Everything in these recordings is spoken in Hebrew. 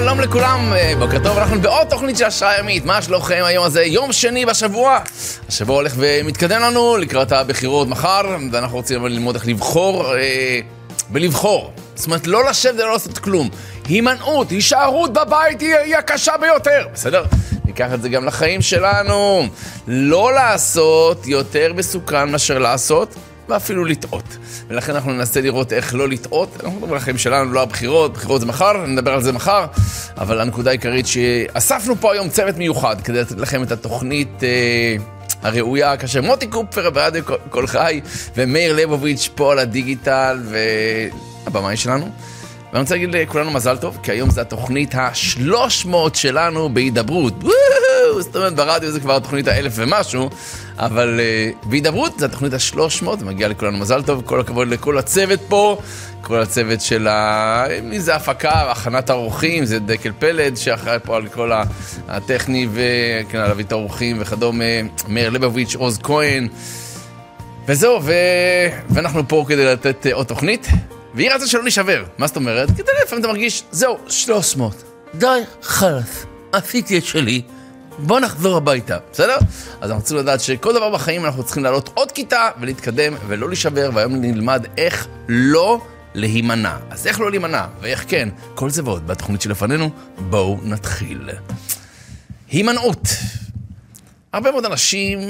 שלום לכולם, בוקר טוב, אנחנו בעוד תוכנית של השעה ימית. מה שלומכם היום הזה? יום שני בשבוע. השבוע הולך ומתקדם לנו לקראת הבחירות מחר, ואנחנו רוצים ללמוד איך לבחור ולבחור. זאת אומרת, לא לשבת ולא לעשות כלום. הימנעות, הישארות בבית היא הקשה ביותר. בסדר? ניקח את זה גם לחיים שלנו. לא לעשות יותר מסוכן מאשר לעשות, ואפילו לטעות. ולכן אנחנו ננסה לראות איך לא לטעות. אנחנו מדברים על החיים שלנו, לא הבחירות, בחירות זה מחר, נדבר על זה מחר. אבל הנקודה העיקרית שאספנו פה היום צוות מיוחד, כדי לתת לכם את התוכנית הראויה, כאשר מוטי קופר ברדיו כל חי, ומאיר ליבוביץ' פה על הדיגיטל, והבמאי שלנו. ואני רוצה להגיד לכולנו מזל טוב, כי היום זה התוכנית ה-300 שלנו בהידברות. זאת אומרת, ברדיו זה כבר התוכנית ה-1000 ומשהו, אבל בהידברות זה התוכנית ה-300, ומגיע לכולנו מזל טוב, כל הכבוד לכל הצוות פה, כל הצוות של מי זה הפקה, הכנת האורחים, זה דקל פלד, שאחראי פה על כל הטכני, וכן, להביא את האורחים וכדומה, מאיר ליבוביץ', עוז כהן, וזהו, ואנחנו פה כדי לתת עוד תוכנית, והיא רצה שלא נשבר. מה זאת אומרת? כי לפעמים אתה מרגיש, זהו, 300. די, חלס. עשיתי את שלי. בוא נחזור הביתה. בסדר? אז אנחנו צריכים לדעת שכל דבר בחיים אנחנו צריכים לעלות עוד כיתה ולהתקדם ולא להישבר, והיום נלמד איך לא להימנע. אז איך לא להימנע? ואיך כן? כל זה ועוד בתוכנית שלפנינו. בואו נתחיל. הימנעות. הרבה מאוד אנשים,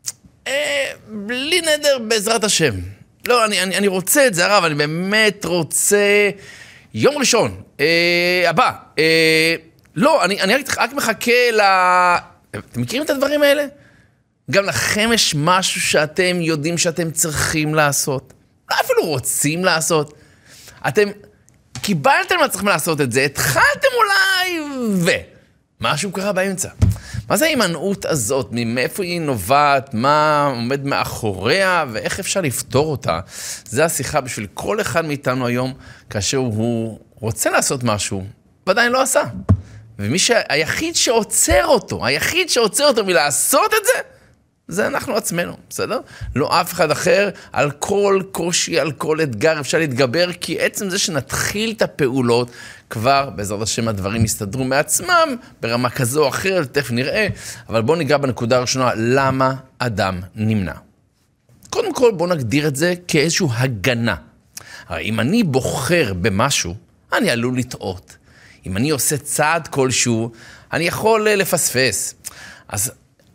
בלי נדר בעזרת השם. לא, אני רוצה את זה הרב, אני באמת רוצה יום ראשון, הבא, לא, אני רק מחכה אתם מכירים את הדברים האלה? גם לכם יש משהו שאתם יודעים שאתם צריכים לעשות, לא אפילו רוצים לעשות, אתם קיבלתם לעצמכם לעשות את זה, התחלתם אולי, משהו קרה באמצע. מה זה ההימנעות הזאת? מאיפה היא נובעת? מה עומד מאחוריה? ואיך אפשר לפתור אותה? זה השיחה בשביל כל אחד מאיתנו היום, כאשר הוא רוצה לעשות משהו, ועדיין לא עשה. היחיד שעוצר אותו מלעשות את זה, זה אנחנו עצמנו, בסדר? לא אף אחד אחר, על כל קושי, על כל אתגר אפשר להתגבר, כי עצם זה שנתחיל את הפעולות, כבר בעזרת השם הדברים יסתדרו מעצמם, ברמה כזו או אחרת, תכף נראה, אבל בואו ניגע בנקודה הראשונה, למה אדם נמנע? קודם כל בואו נגדיר את זה כאיזשהו הגנה. הרי אם אני בוחר במשהו, אני עלול לטעות. אם אני עושה צעד כלשהו, אני יכול לפספס. אז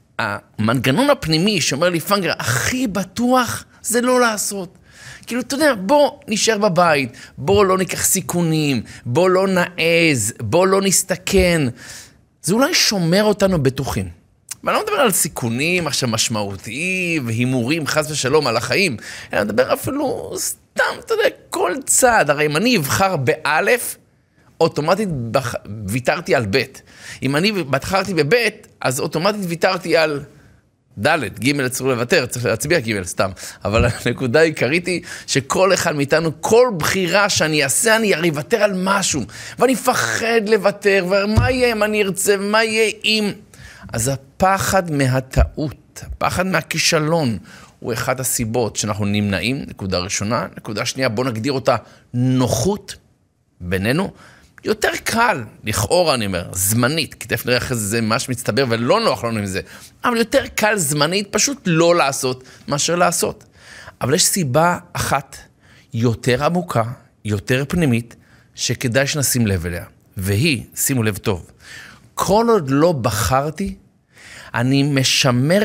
המנגנון הפנימי שאומר לי, פנגר, הכי בטוח זה לא לעשות. כאילו, אתה יודע, בוא נשאר בבית, בוא לא ניקח סיכונים, בוא לא נעז, בוא לא נסתכן. זה אולי שומר אותנו בטוחים. ואני לא מדבר על סיכונים עכשיו משמעותיים והימורים חס ושלום על החיים, אני מדבר אפילו סתם, אתה יודע, כל צעד. הרי אם אני אבחר באלף, אוטומטית ויתרתי על ב'. אם אני בחרתי בב', אז אוטומטית ויתרתי על ד', ג' צריך לוותר, צריך להצביע ג' סתם. אבל הנקודה העיקרית היא שכל אחד מאיתנו, כל בחירה שאני אעשה, אני אוותר על משהו. ואני מפחד לוותר, ומה יהיה אם אני ארצה, ומה יהיה אם... אז הפחד מהטעות, הפחד מהכישלון, הוא אחד הסיבות שאנחנו נמנעים, נקודה ראשונה. נקודה שנייה, בוא נגדיר אותה נוחות בינינו. יותר קל, לכאורה אני אומר, זמנית, כי תכף נראה איך זה ממש מצטבר ולא נוח לנו עם זה, אבל יותר קל זמנית פשוט לא לעשות מאשר לעשות. אבל יש סיבה אחת יותר עמוקה, יותר פנימית, שכדאי שנשים לב אליה, והיא, שימו לב טוב, כל עוד לא בחרתי, אני משמר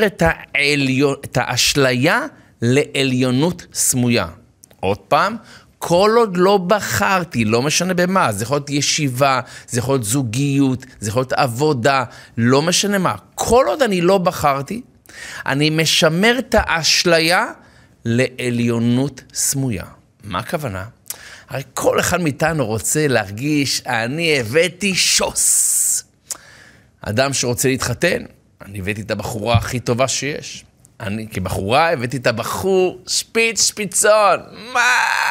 את האשליה לעליונות סמויה. עוד פעם, כל עוד לא בחרתי, לא משנה במה, זה יכול להיות ישיבה, זה יכול להיות זוגיות, זה יכול להיות עבודה, לא משנה מה. כל עוד אני לא בחרתי, אני משמר את האשליה לעליונות סמויה. מה הכוונה? הרי כל אחד מאיתנו רוצה להרגיש, אני הבאתי שוס. אדם שרוצה להתחתן, אני הבאתי את הבחורה הכי טובה שיש. אני כבחורה הבאתי את הבחור שפיצון. מה?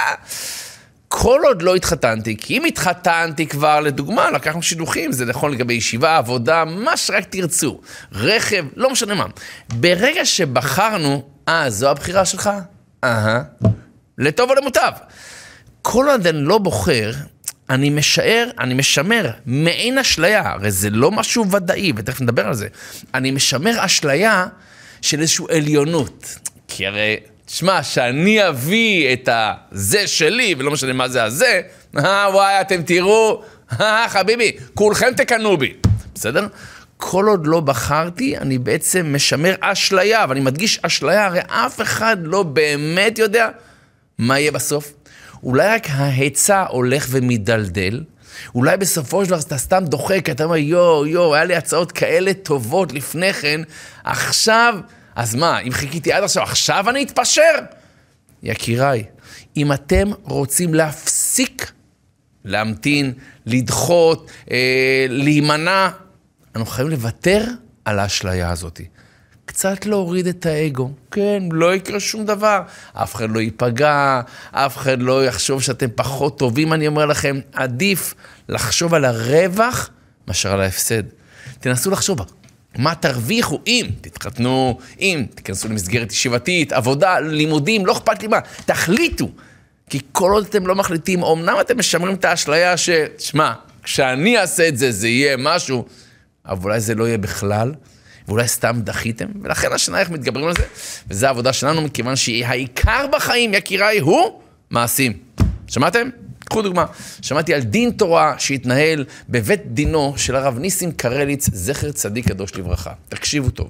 כל עוד לא התחתנתי, כי אם התחתנתי כבר, לדוגמה, לקחנו שידוכים, זה נכון לגבי ישיבה, עבודה, מה שרק תרצו, רכב, לא משנה מה. ברגע שבחרנו, זו הבחירה שלך? לטוב או למוטב. כל עוד אני לא בוחר, אני משמר מעין אשליה, הרי זה לא משהו ודאי, ותכף נדבר על זה. אני משמר אשליה של איזושהי עליונות. כי הרי, תשמע, שאני אביא את הזה שלי, ולא משנה מה זה הזה, וואי, אתם תראו, חביבי, כולכם תקנו בי. בסדר? כל עוד לא בחרתי, אני בעצם משמר אשליה, ואני מדגיש אשליה, הרי אף אחד לא באמת יודע מה יהיה בסוף. אולי רק ההיצע הולך ומדלדל, אולי בסופו של דבר אתה סתם דוחק, אתה אומר, יו, היה לי הצעות כאלה טובות לפני כן, עכשיו, אז מה, אם חיכיתי עד עכשיו אני אתפשר? יקיריי, אם אתם רוצים להפסיק, להמתין, לדחות, להימנע, אנחנו חייבים לוותר על האשליה הזאת. קצת להוריד את האגו. כן, לא יקרה שום דבר. אף אחד לא ייפגע, אף אחד לא יחשוב שאתם פחות טובים. אני אומר לכם, עדיף לחשוב על הרווח מאשר על ההפסד. תנסו לחשוב מה תרוויחו אם תתחתנו, אם תיכנסו למסגרת ישיבתית, עבודה, לימודים, לא אכפת לי מה. תחליטו. כי כל עוד אתם לא מחליטים, אמנם אתם משמרים את האשליה ששמע, כשאני אעשה את זה, זה יהיה משהו, אבל אולי זה לא יהיה בכלל, ואולי סתם דחיתם, ולכן השנה איך מתגברים על זה, וזו העבודה שלנו, מכיוון שהעיקר בחיים, יקיריי, הוא מעשים. שמעתם? קחו דוגמה. שמעתי על דין תורה שהתנהל בבית דינו של הרב ניסים קרליץ, זכר צדיק קדוש לברכה. תקשיבו טוב.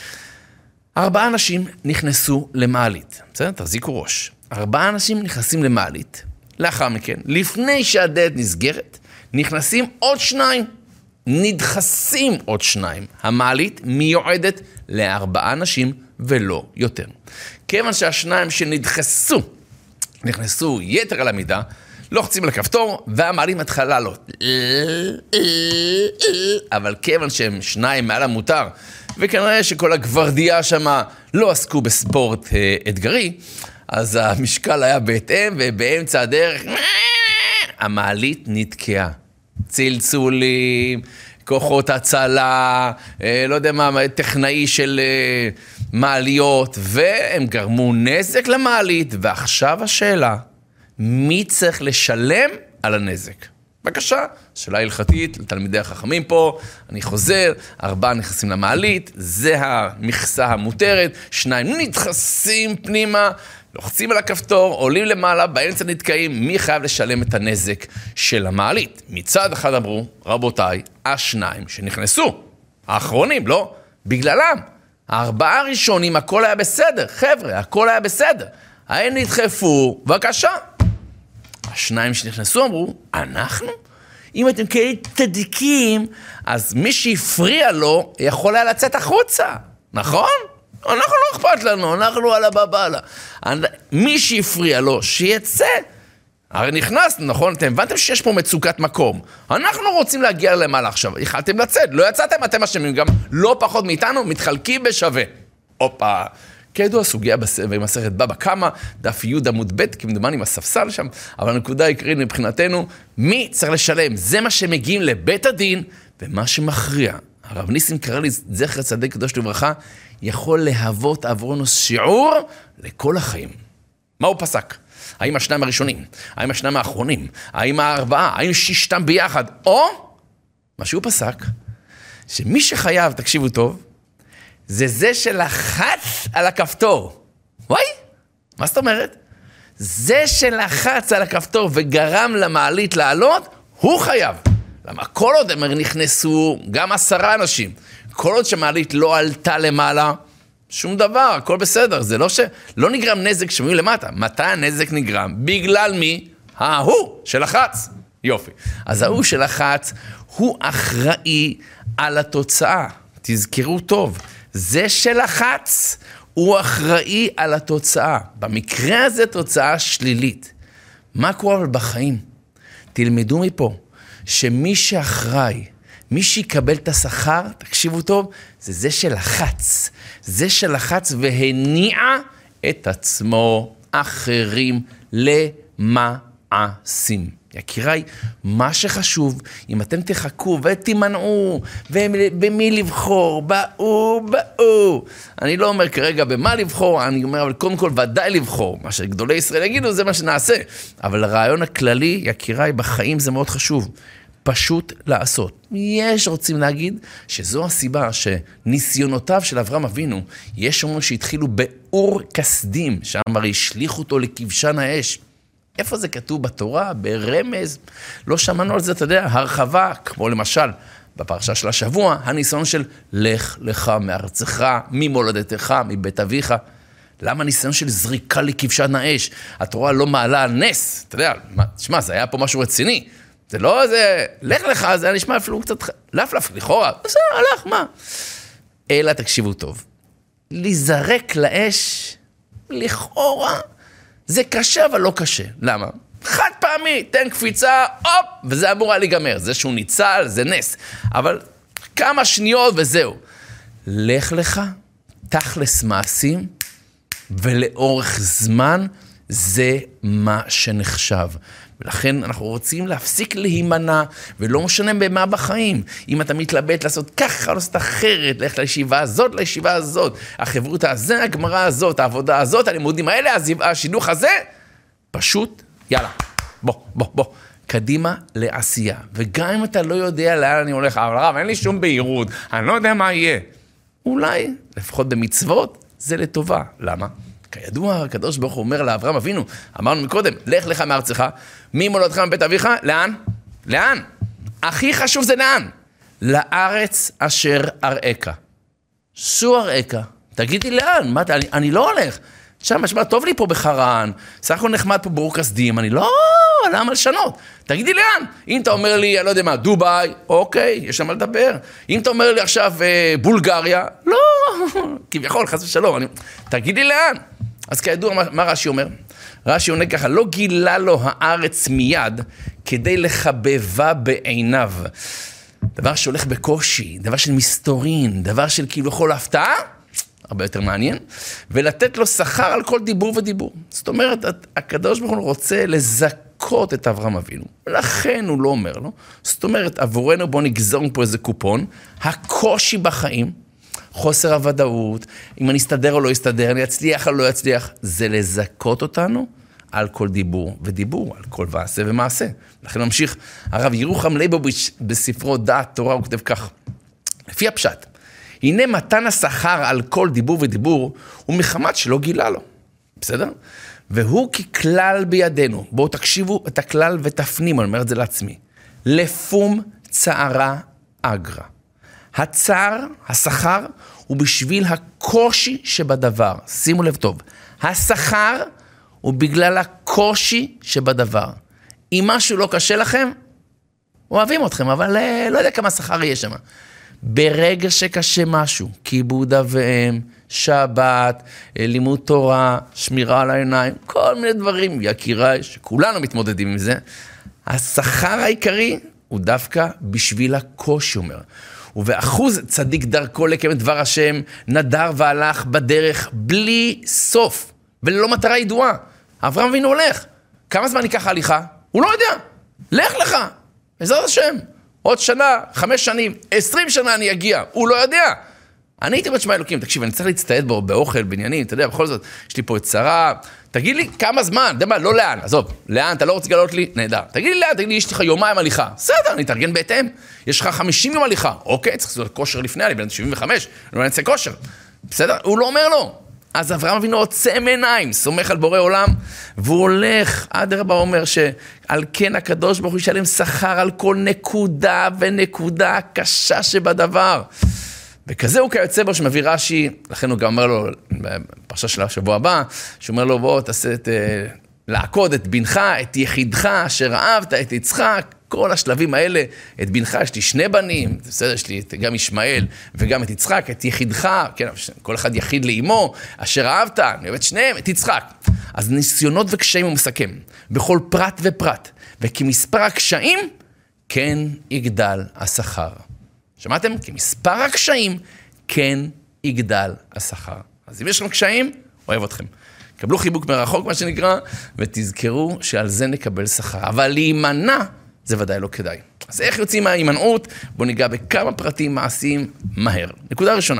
4 אנשים נכנסו למעלית. בסדר? תחזיקו ראש. 4 אנשים נכנסים למעלית. לאחר מכן, לפני שהדלת נסגרת, נכנסים עוד 2. נדחסים עוד 2. המעלית מיועדת ל4 אנשים ולא יותר. כיוון שהשניים שנדחסו, נכנסו יתר על המידה, לוחצים על הכפתור והמעלית מתחילה לעלות. אבל כיוון שהם 2 מעל המותר, וכנראה שכל הגוורדיה שמה לא עסקו בספורט אתגרי, אז המשקל היה בהתאם, ובאמצע הדרך המעלית נתקעה. צלצולים, כוחות הצלה, לא יודע מה, טכנאי של מעליות, והם גרמו נזק למעלית, ועכשיו השאלה, מי צריך לשלם על הנזק? בבקשה, שאלה הלכתית לתלמידי החכמים פה, אני חוזר, 4 נכנסים למעלית, זה המכסה המותרת, 2 נדחסים פנימה, לוחצים על הכפתור, עולים למעלה, באמצע נתקעים, מי חייב לשלם את הנזק של המעלית? מצד אחד אמרו, רבותיי, 2 שנכנסו, האחרונים, לא? בגללם, 4 הראשונים, הכל היה בסדר, חבר'ה, הכל היה בסדר. הם נדחפו, בבקשה. 2 שנכנסו אמרו, אנחנו? אם אתם כאלה צדיקים, אז מי שהפריע לו יכול היה לצאת החוצה, נכון? אנחנו לא אכפת לנו, אנחנו על הבבלה. מי שהפריע לו, שיצא. הרי נכנסנו, נכון? אתם הבנתם שיש פה מצוקת מקום. אנחנו רוצים להגיע למעלה עכשיו. יכלתם לצאת, לא יצאתם, אתם אשמים גם לא פחות מאיתנו, מתחלקים בשווה. הופה. כידוע, הסוגיה במסכת בבא קמא, דף י' עמוד ב', כמדומני עם הספסל שם, אבל הנקודה העיקרית מבחינתנו, מי צריך לשלם? זה מה שמגיעים לבית הדין, ומה שמכריע. הרב ניסים קרליץ, זכר צדיק קדוש לברכה, יכול להוות עבורנו שיעור לכל החיים. מה הוא פסק? האם 2 הראשונים? האם 2 האחרונים? האם 4? האם 6 ביחד? או, מה שהוא פסק, שמי שחייב, תקשיבו טוב, זה שלחץ על הכפתור. וואי, מה זאת אומרת? זה שלחץ על הכפתור וגרם למעלית לעלות, הוא חייב. למה? כל עוד הם נכנסו גם 10 אנשים, כל עוד שמעלית לא עלתה למעלה, שום דבר, הכל בסדר. זה לא נגרם נזק שמי למטה. מתי הנזק נגרם? בגלל מי? ההוא שלחץ. יופי. אז ההוא שלחץ, הוא אחראי על התוצאה. תזכרו טוב. זה שלחץ, הוא אחראי על התוצאה. במקרה הזה תוצאה שלילית. מה קורה בחיים? תלמדו מפה, שמי שאחראי, מי שיקבל את השכר, תקשיבו טוב, זה שלחץ. זה שלחץ והניע את עצמו אחרים למעשים. יקיריי, מה שחשוב, אם אתם תחכו ותימנעו, ובמי לבחור, באו. אני לא אומר כרגע במה לבחור, אני אומר, אבל קודם כל ודאי לבחור. מה שגדולי ישראל יגידו, זה מה שנעשה. אבל הרעיון הכללי, יקיריי, בחיים זה מאוד חשוב. פשוט לעשות. יש רוצים להגיד שזו הסיבה שניסיונותיו של אברהם אבינו, יש אומרים שהתחילו באור כסדים, שם הרי השליחו אותו לכבשן האש. איפה זה כתוב בתורה? ברמז? לא שמענו על זה, אתה יודע, הרחבה, כמו למשל, בפרשה של השבוע, הניסיון של לך לך מארצך, ממולדתך, מבית אביך. למה ניסיון של זריקה לכבשן האש? התורה לא מעלה על נס. אתה יודע, תשמע, זה היה פה משהו רציני. זה לא איזה, לך לך, זה היה נשמע אפילו קצת לפלף, לכאורה. זה הלך, מה? אלא תקשיבו טוב. להיזרק לאש, לכאורה, זה קשה אבל לא קשה. למה? חד פעמי, תן קפיצה, הופ, וזה אמור היה להיגמר. זה שהוא ניצל, זה נס. אבל כמה שניות וזהו. לך לך, תכלס מעשים, ולאורך זמן זה מה שנחשב. ולכן אנחנו רוצים להפסיק להימנע, ולא משנה במה בחיים. אם אתה מתלבט לעשות ככה, לעשות אחרת, ללכת לישיבה הזאת, לישיבה הזאת, החברות הזה, הגמרא הזאת, העבודה הזאת, הלימודים האלה, השילוח הזה, פשוט, יאללה, בוא, קדימה לעשייה. וגם אם אתה לא יודע לאן אני הולך, אבל רב, אין לי שום בהירות, אני לא יודע מה יהיה. אולי, לפחות במצוות, זה לטובה. למה? כידוע, הקדוש ברוך הוא אומר לאברהם אבינו, אמרנו מקודם, לך לך מארצך, ממולדתך מבית אביך, לאן? לאן? הכי חשוב זה לאן? לארץ אשר אראך. שו אראך? תגידי לאן? מה, אני לא הולך. משמע, טוב לי פה בחרן, סך הכל נחמד פה באור כסדים, אני לא, למה לשנות? תגידי לאן? אם אתה אומר לי, אני לא יודע מה, דוביי, אוקיי, יש שם מה לדבר. אם אתה אומר לי עכשיו בולגריה, לא, כביכול, חס ושלום, תגידי לאן? אז כידוע, מה רש"י אומר? רש"י עונה ככה, לא גילה לו הארץ מיד כדי לחבבה בעיניו. דבר שהולך בקושי, דבר של מסתורין, דבר של כביכול הפתעה, הרבה יותר מעניין, ולתת לו שכר על כל דיבור ודיבור. זאת אומרת, הקדוש ברוך הוא רוצה לזכות את אברהם אבינו, לכן הוא לא אומר לו. זאת אומרת, עבורנו בוא נגזור פה איזה קופון, הקושי בחיים, חוסר הוודאות, אם אני אסתדר או לא אסתדר, אני אצליח או לא אצליח, זה לזכות אותנו על כל דיבור ודיבור, על כל ועשה ומעשה. לכן ממשיך הרב ירוחם ליבוביץ' בספרו דעת תורה, הוא כותב כך, לפי הפשט, הנה מתן השכר על כל דיבור ודיבור, הוא מחמת שלא גילה לו. בסדר? והוא ככלל בידינו. בואו תקשיבו את הכלל ותפנימו, אני אומר את זה לעצמי. לפום צערה אגרה. הצער, השכר, הוא בשביל הקושי שבדבר. שימו לב טוב. השכר הוא בגלל הקושי שבדבר. אם משהו לא קשה לכם, אוהבים אתכם, אבל לא יודע כמה שכר יהיה שם. ברגע שקשה משהו, כיבוד אביהם, שבת, לימוד תורה, שמירה על העיניים, כל מיני דברים, יקיריי, שכולנו מתמודדים עם זה, השכר העיקרי הוא דווקא בשביל הקושי, אומר. ובאחוז צדיק דרכו לקיים את דבר השם, נדר והלך בדרך בלי סוף, וללא מטרה ידועה. אברהם אבינו הולך. כמה זמן ייקח ההליכה? הוא לא יודע. לך לך, בעזרת השם. עוד שנה, 5 שנים, 20 שנה אני אגיע. הוא לא יודע. אני הייתי בתשמע אלוקים, תקשיב, אני צריך להצטעד בו באוכל, בעניינים, אתה יודע, בכל זאת, יש לי פה את שרה, תגיד לי כמה זמן, אתה יודע מה, לא לאן, עזוב, לאן, אתה לא רוצה לגלות לי? נהדר. תגיד לי לאן, תגיד לי, יש לך יומיים הליכה. בסדר, אני אתארגן בהתאם. יש לך 50 יום הליכה. אוקיי, צריך לעשות כושר לפני, אני בן 75, לא נצא כושר. בסדר, הוא לא אומר לו. אז אברהם אבינו עוצם עיניים, סומך על בורא עולם, והוא הולך, אדרבה אומר שעל כן הקדוש ברוך הוא ישלם שכר על כל נקודה ונקודה קשה שבדבר. וכזה הוא כיוצא בו שמביא רש"י, לכן הוא גם אומר לו, בפרשה של השבוע הבא, שאומר לו בוא תעשה לעקוד את בנך, את יחידך, אשר אהבת, את יצחק, כל השלבים האלה, את בנך, יש לי 2 בנים, בסדר, יש לי גם ישמעאל וגם את יצחק, את יחידך, כן, כל אחד יחיד לאמו, אשר אהבת, אני אוהב את שניהם, את יצחק. אז ניסיונות וקשיים הוא מסכם, בכל פרט ופרט, וכמספר הקשיים, כן יגדל השכר. שמעתם? כמספר הקשיים, כן יגדל השכר. אז אם יש לכם קשיים, אוהב אתכם. קבלו חיבוק מרחוק, מה שנקרא, ותזכרו שעל זה נקבל שכר. אבל להימנע, זה ודאי לא כדאי. אז איך יוצאים מההימנעות? בואו ניגע בכמה פרטים מעשיים מהר. נקודה ראשונה.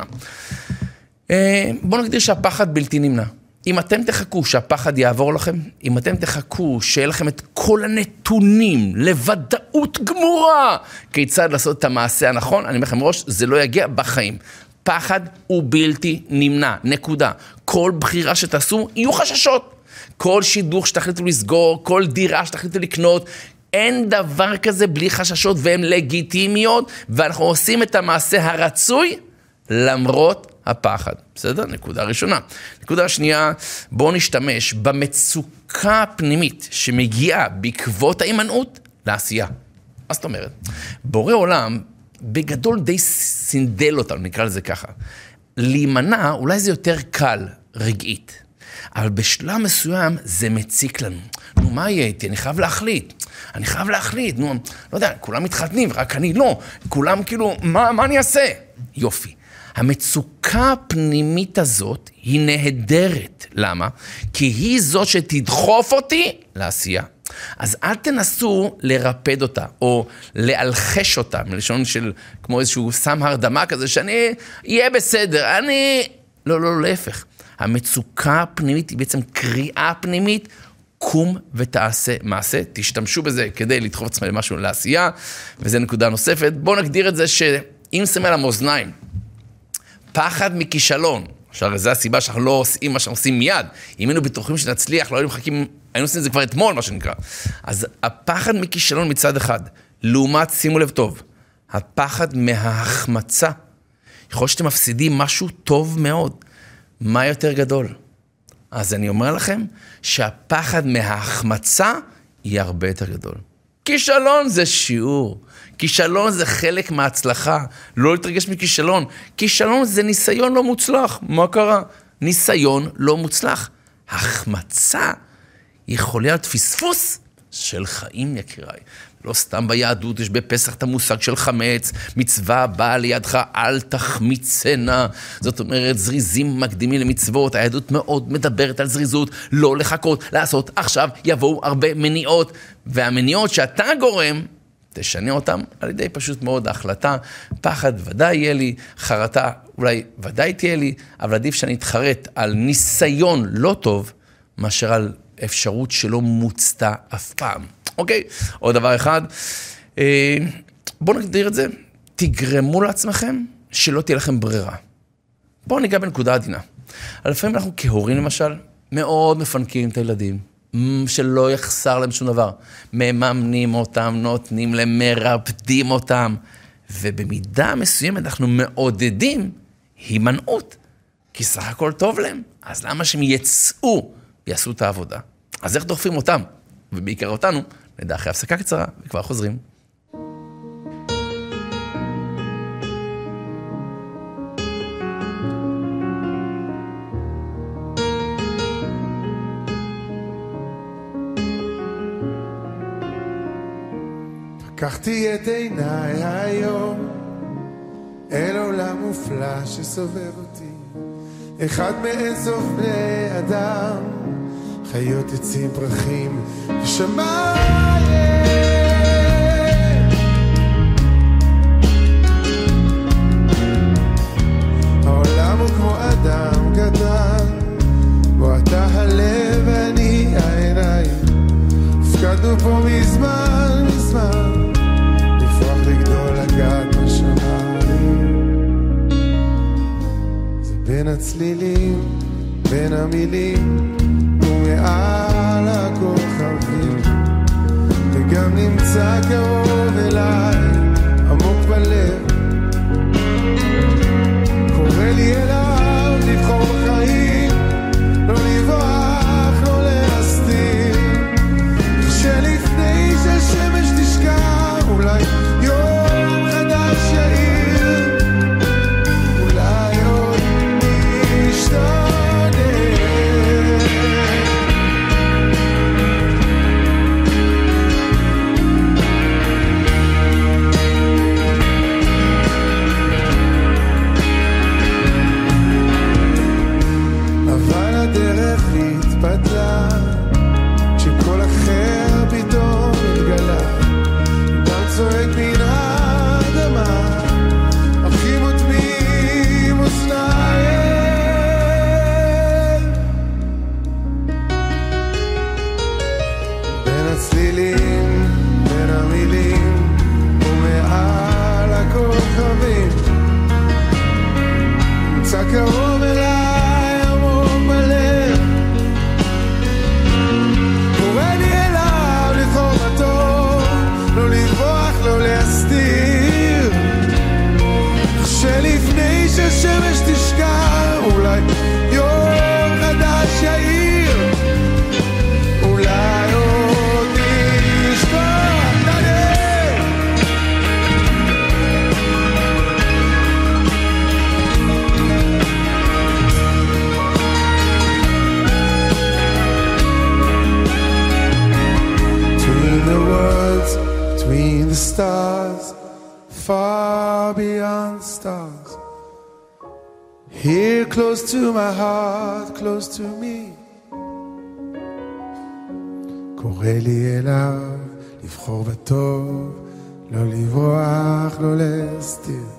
בואו נגדיר שהפחד בלתי נמנע. אם אתם תחכו שהפחד יעבור לכם, אם אתם תחכו שיהיה לכם את כל הנתונים לוודאות גמורה כיצד לעשות את המעשה הנכון, אני אומר לכם ראש, זה לא יגיע בחיים. פחד הוא בלתי נמנע, נקודה. כל בחירה שתעשו, יהיו חששות. כל שידוך שתחליטו לסגור, כל דירה שתחליטו לקנות, אין דבר כזה בלי חששות והן לגיטימיות, ואנחנו עושים את המעשה הרצוי למרות הפחד. בסדר? נקודה ראשונה. נקודה שנייה, בואו נשתמש במצוקה הפנימית שמגיעה בעקבות ההימנעות לעשייה. מה זאת אומרת? בורא עולם בגדול די סינדל אותנו, נקרא לזה ככה. להימנע אולי זה יותר קל רגעית, אבל בשלב מסוים זה מציק לנו. נו, מה יהיה איתי? אני חייב להחליט. נו, לא יודע, כולם מתחתנים, רק אני לא. כולם כאילו, מה אני אעשה? יופי. המצוקה הפנימית הזאת היא נהדרת. למה? כי היא זאת שתדחוף אותי לעשייה. אז אל תנסו לרפד אותה, או להלחש אותה, מלשון של כמו איזשהו סם הרדמה כזה, שאני אהיה בסדר, לא, להפך. המצוקה הפנימית היא בעצם קריאה פנימית, קום ותעשה מעשה, תשתמשו בזה כדי לדחוף עצמם למשהו לעשייה, וזה נקודה נוספת. בואו נגדיר את זה שאם שמים על המאזניים, פחד מכישלון, שהרי זו הסיבה שאנחנו לא עושים מה שאנחנו עושים מיד, אם היינו בטוחים שנצליח, לא היינו מחכים, היינו עושים את זה כבר אתמול, מה שנקרא. אז הפחד מכישלון מצד אחד, לעומת, שימו לב טוב, הפחד מההחמצה, יכול שאתם מפסידים משהו טוב מאוד, מה יותר גדול? אז אני אומר לכם שהפחד מההחמצה יהיה הרבה יותר גדול. כישלון זה שיעור, כישלון זה חלק מההצלחה, לא להתרגש מכישלון. כישלון זה ניסיון לא מוצלח. מה קרה? ניסיון לא מוצלח. החמצה יכול להיות פספוס של חיים, יקיריי. לא סתם ביהדות יש בפסח את המושג של חמץ, מצווה באה לידך, אל תחמיצנה. זאת אומרת, זריזים מקדימים למצוות, היהדות מאוד מדברת על זריזות, לא לחכות, לעשות, עכשיו יבואו הרבה מניעות, והמניעות שאתה גורם, תשנה אותם על ידי פשוט מאוד ההחלטה, פחד ודאי יהיה לי, חרטה אולי ודאי תהיה לי, אבל עדיף שאני אתחרט על ניסיון לא טוב, מאשר על אפשרות שלא מוצתה אף פעם. אוקיי, עוד דבר אחד, בואו נגדיר את זה, תגרמו לעצמכם שלא תהיה לכם ברירה. בואו ניגע בנקודה עדינה. לפעמים אנחנו כהורים למשל, מאוד מפנקים את הילדים, שלא יחסר להם שום דבר. מממנים אותם, נותנים להם, מרפדים אותם, ובמידה מסוימת אנחנו מעודדים הימנעות, כי סך הכל טוב להם. אז למה שהם יצאו ויעשו את העבודה? אז איך דוחפים אותם? ובעיקר אותנו, נדע אחרי הפסקה קצרה, וכבר חוזרים. לקחתי את עיניי היום אל עולם מופלא שסובב אותי, אחד מאינסוף בני אדם, חיות, עצים, פרחים ושמיים. העולם הוא כמו אדם קטן, בו אתה הלב ואני העיניים, הפקדנו פה מזמן לפרוח לגדול לגעת בשמיים. זה בין הצלילים, בין המילים ומעל הכוכבים, וגם נמצא קרוב אליי עמוק בלב, קורא לי אליו לבחור בחיים, לא לברוח, לא להסתיר, שלפני שהשמש תשקע אולי יום חדש יאיר, אולי עוד נשתנה. קרוב אליי עמוק בלב, קורא לי אליו לבחור בטוב, לא לברוח, לא להסתיר, שלפני שהשמש תשקע אולי יום חדש יאיר, אולי עוד נשכח נדב. Between the worlds, between the stars, far beyond the stars, here close to my heart, close to me, קורא לי אליו לבחור בטוב, לא לברוח, לא להסתיר,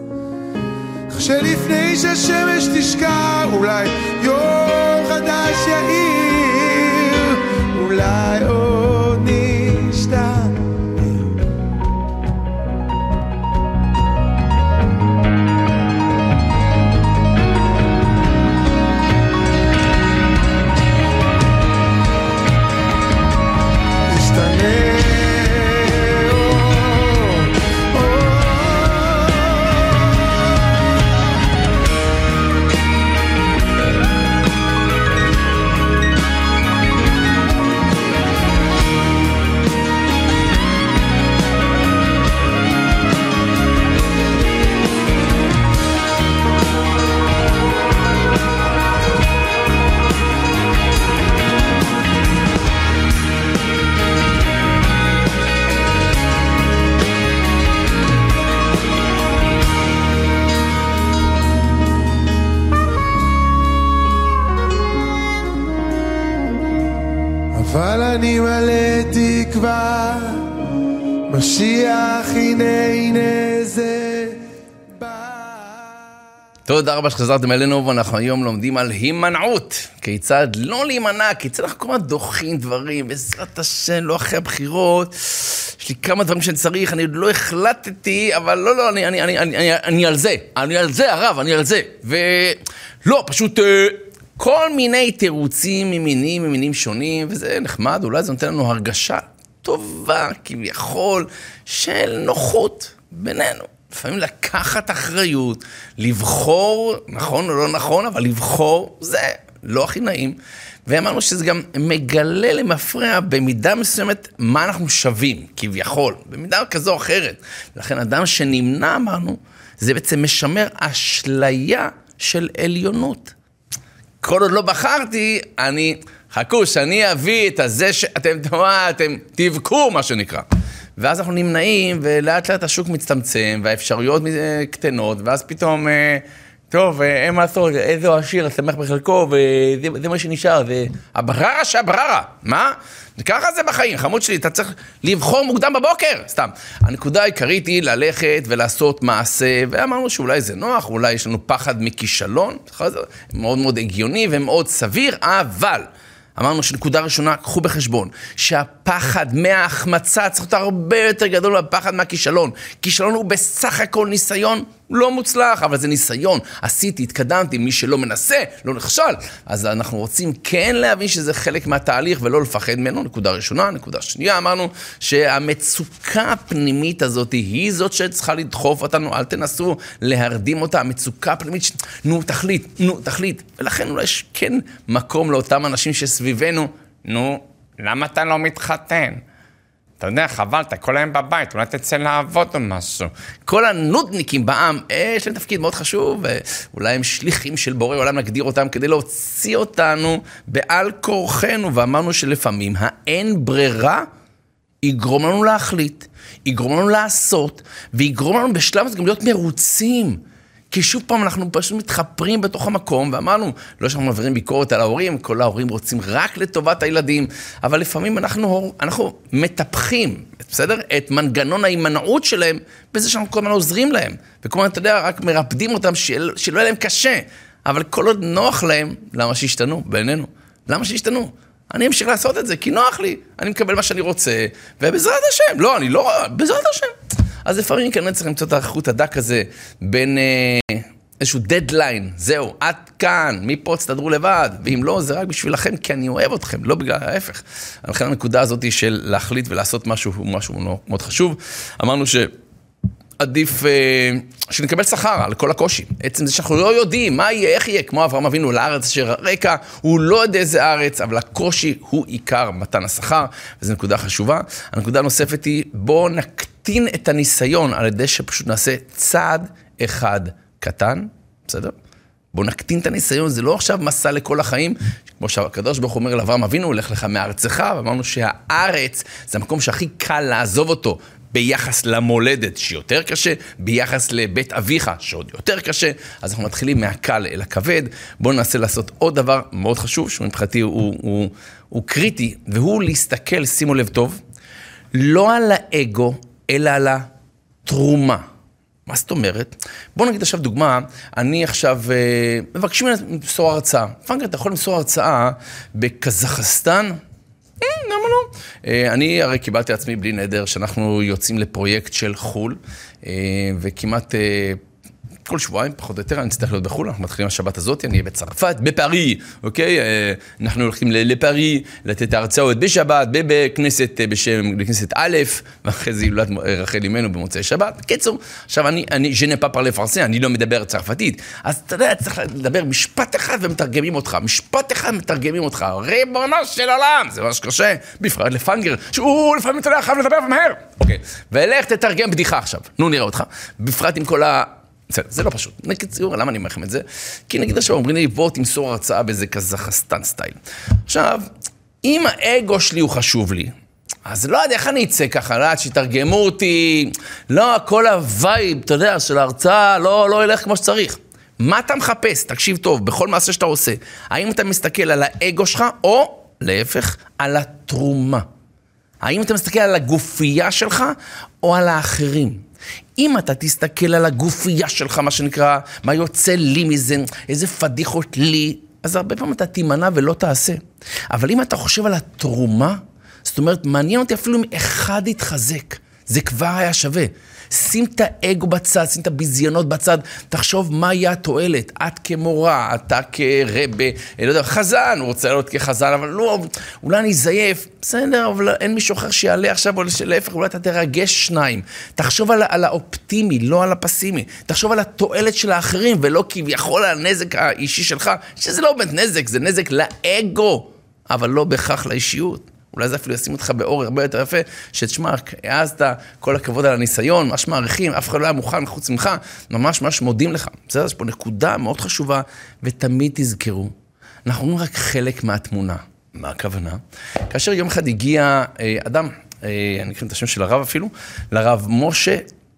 שלפני שהשמש תשקע אולי יום חדש יאיר, אולי עוד נשתנה. אבל אני מלא תקווה, משיח הנה הנה זה בא. תודה רבה שחזרתם אלינו, ואנחנו היום לומדים על הימנעות. כיצד לא להימנע, כיצד אנחנו כל הזמן דוחים דברים, בעזרת השם, לא אחרי הבחירות. יש לי כמה דברים שאני צריך, אני עוד לא החלטתי, אבל לא, אני על זה, הרב, אני על זה. ולא, פשוט כל מיני תירוצים ממינים שונים, וזה נחמד, אולי זה נותן לנו הרגשה טובה, כביכול, של נוחות בינינו. לפעמים לקחת אחריות, לבחור, נכון או לא נכון, אבל לבחור זה לא הכי נעים. ואמרנו שזה גם מגלה למפרע במידה מסוימת מה אנחנו שווים, כביכול, במידה כזו או אחרת. לכן אדם שנמנע, אמרנו, זה בעצם משמר אשליה של עליונות. כל עוד לא בחרתי, חכו, שאני אביא את הזה שאתם תבכו, מה שנקרא. ואז אנחנו נמנעים, ולאט לאט השוק מצטמצם, והאפשרויות קטנות, ואז פתאום, טוב, אין מה לעשות, איזה עשיר, שמח בחלקו, וזה מה שנשאר, זה הבררה שהבררה, מה? וככה זה בחיים, חמוד שלי, אתה צריך לבחור מוקדם בבוקר, סתם. הנקודה העיקרית היא ללכת ולעשות מעשה, ואמרנו שאולי זה נוח, אולי יש לנו פחד מכישלון, מאוד מאוד הגיוני ומאוד סביר, אבל אמרנו שנקודה ראשונה, קחו בחשבון, שהפחד מההחמצה צריך להיות הרבה יותר גדול מהפחד מהכישלון. כישלון הוא בסך הכל ניסיון לא מוצלח, אבל זה ניסיון. עשיתי, התקדמתי, מי שלא מנסה, לא נכשל. אז אנחנו רוצים כן להבין שזה חלק מהתהליך ולא לפחד ממנו. נקודה ראשונה, נקודה שנייה, אמרנו שהמצוקה הפנימית הזאת היא זאת שצריכה לדחוף אותנו, אל תנסו להרדים אותה. המצוקה הפנימית, נו תחליט. ולכן אולי יש כן מקום לאותם אנשים שסביבנו, נו, למה אתה לא מתחתן? אתה יודע, חבל, אתה כל היום בבית, אולי תצא לעבוד או משהו. כל הנודניקים בעם, יש להם תפקיד מאוד חשוב, ואולי הם שליחים של בורא עולם, נגדיר אותם כדי להוציא אותנו בעל כורחנו, ואמרנו שלפעמים האין ברירה יגרום לנו להחליט, יגרום לנו לעשות, ויגרום לנו בשלב הזה גם להיות מרוצים. כי שוב פעם אנחנו פשוט מתחפרים בתוך המקום, ואמרנו, לא שאנחנו מעבירים ביקורת על ההורים, כל ההורים רוצים רק לטובת הילדים, אבל לפעמים אנחנו מטפחים, בסדר? את מנגנון ההימנעות שלהם, בזה שאנחנו כל הזמן עוזרים להם, וכל הזמן, אתה יודע, רק מרפדים אותם שלא יהיה להם קשה, אבל כל עוד נוח להם, למה שישתנו בינינו? למה שישתנו? אני אמשיך לעשות את זה, כי נוח לי, אני מקבל מה שאני רוצה, ובעזרת השם, בעזרת השם. אז לפעמים כנראה צריך למצוא את החוט הדק הזה בין איזשהו דדליין, זהו, עד כאן, מפה תסתדרו לבד, ואם לא, זה רק בשבילכם, כי אני אוהב אתכם, לא בגלל ההפך. לכן הנקודה הזאת היא של להחליט ולעשות משהו מאוד חשוב. אמרנו עדיף שנקבל שכר על כל הקושי. עצם זה שאנחנו לא יודעים מה יהיה, איך יהיה, כמו אברהם אבינו לארץ שרקע, הוא לא יודע איזה ארץ, אבל הקושי הוא עיקר מתן השכר, וזו נקודה חשובה. הנקודה הנוספת היא, בואו נקטין את הניסיון על ידי שפשוט נעשה צעד אחד קטן, בסדר? בואו נקטין את הניסיון, זה לא עכשיו מסע לכל החיים, כמו שהקדוש ברוך הוא אומר לאברהם אבינו, הולך לך מארצך, ואמרנו שהארץ זה המקום שהכי קל לעזוב אותו, ביחס למולדת שיותר קשה, ביחס לבית אביך שעוד יותר קשה, אז אנחנו מתחילים מהקל אל הכבד. בואו ננסה לעשות עוד דבר מאוד חשוב, שמבחינתי הוא קריטי, והוא להסתכל, שימו לב טוב, לא על האגו, אלא על התרומה. מה זאת אומרת? בואו נגיד עכשיו דוגמה, אני עכשיו מבקשים למסור הרצאה. פנקר, אתה יכול למסור הרצאה בקזחסטן? למה לא? אני הרי קיבלתי עצמי בלי נדר שאנחנו יוצאים לפרויקט של חול, וכמעט כל שבועיים, פחות או יותר, אני אצטרך להיות בחול, אנחנו מתחילים השבת הזאת, אני אהיה בצרפת, בפארי, אוקיי? אנחנו הולכים לפארי, לתת הרצאות בשבת, בכנסת א', ואחרי זה ילולת רחל אימנו במוצאי שבת. בקיצור, עכשיו je n'ai pas parlé français, אני לא מדבר צרפתית, אז אתה יודע, צריך לדבר משפט אחד ומתרגמים אותך, משפט אחד מתרגמים אותך, ריבונו של עולם, זה ממש קשה, בפרט לפנגר, שהוא לפעמים אתה יודע, חייב לדבר מהר. אוקיי, ולך תתרגם בדיחה עכשיו, נו נראה אותך, בפרט עם כל זה לא פשוט. נקיצור, למה אני אומר לכם את זה? כי נגיד עכשיו אומרים לי, בוא תמסור הרצאה באיזה קזחסטן סטייל. עכשיו, אם האגו שלי הוא חשוב לי, אז לא יודע איך אני אצא ככה, לא, שתרגמו אותי, לא, כל הווייב, אתה יודע, של ההרצאה, לא ילך כמו שצריך. מה אתה מחפש? תקשיב טוב, בכל מעשה שאתה עושה. האם אתה מסתכל על האגו שלך, או, להפך, על התרומה? האם אתה מסתכל על הגופייה שלך, או על האחרים? אם אתה תסתכל על הגופייה שלך, מה שנקרא, מה יוצא לי מזה, איזה פדיחות לי, אז הרבה פעמים אתה תימנע ולא תעשה. אבל אם אתה חושב על התרומה, זאת אומרת, מעניין אותי אפילו אם אחד יתחזק, זה כבר היה שווה. שים את האגו בצד, שים את הביזיונות בצד, תחשוב מה יהיה התועלת. את כמורה, אתה כרבה, לא יודע, חזן, הוא רוצה לעלות כחזן, אבל לא, אולי אני זייף, בסדר, אבל אין מישהו אחר שיעלה עכשיו, או להפך, אולי אתה תרגש שניים. תחשוב על האופטימי, לא על הפסימי. תחשוב על התועלת של האחרים, ולא כביכול על הנזק האישי שלך, שזה לא באמת נזק, זה נזק לאגו, אבל לא בכך לאישיות. אולי זה אפילו ישים אותך באור הרבה יותר יפה, שתשמע, העזת כל הכבוד על הניסיון, ממש מעריכים, אף אחד לא היה מוכן חוץ ממך, ממש מודים לך. בסדר, יש פה נקודה מאוד חשובה, ותמיד תזכרו, אנחנו רואים רק חלק מהתמונה. מה הכוונה? כאשר יום אחד הגיע אדם, אני אקריא את השם של הרב אפילו, לרב משה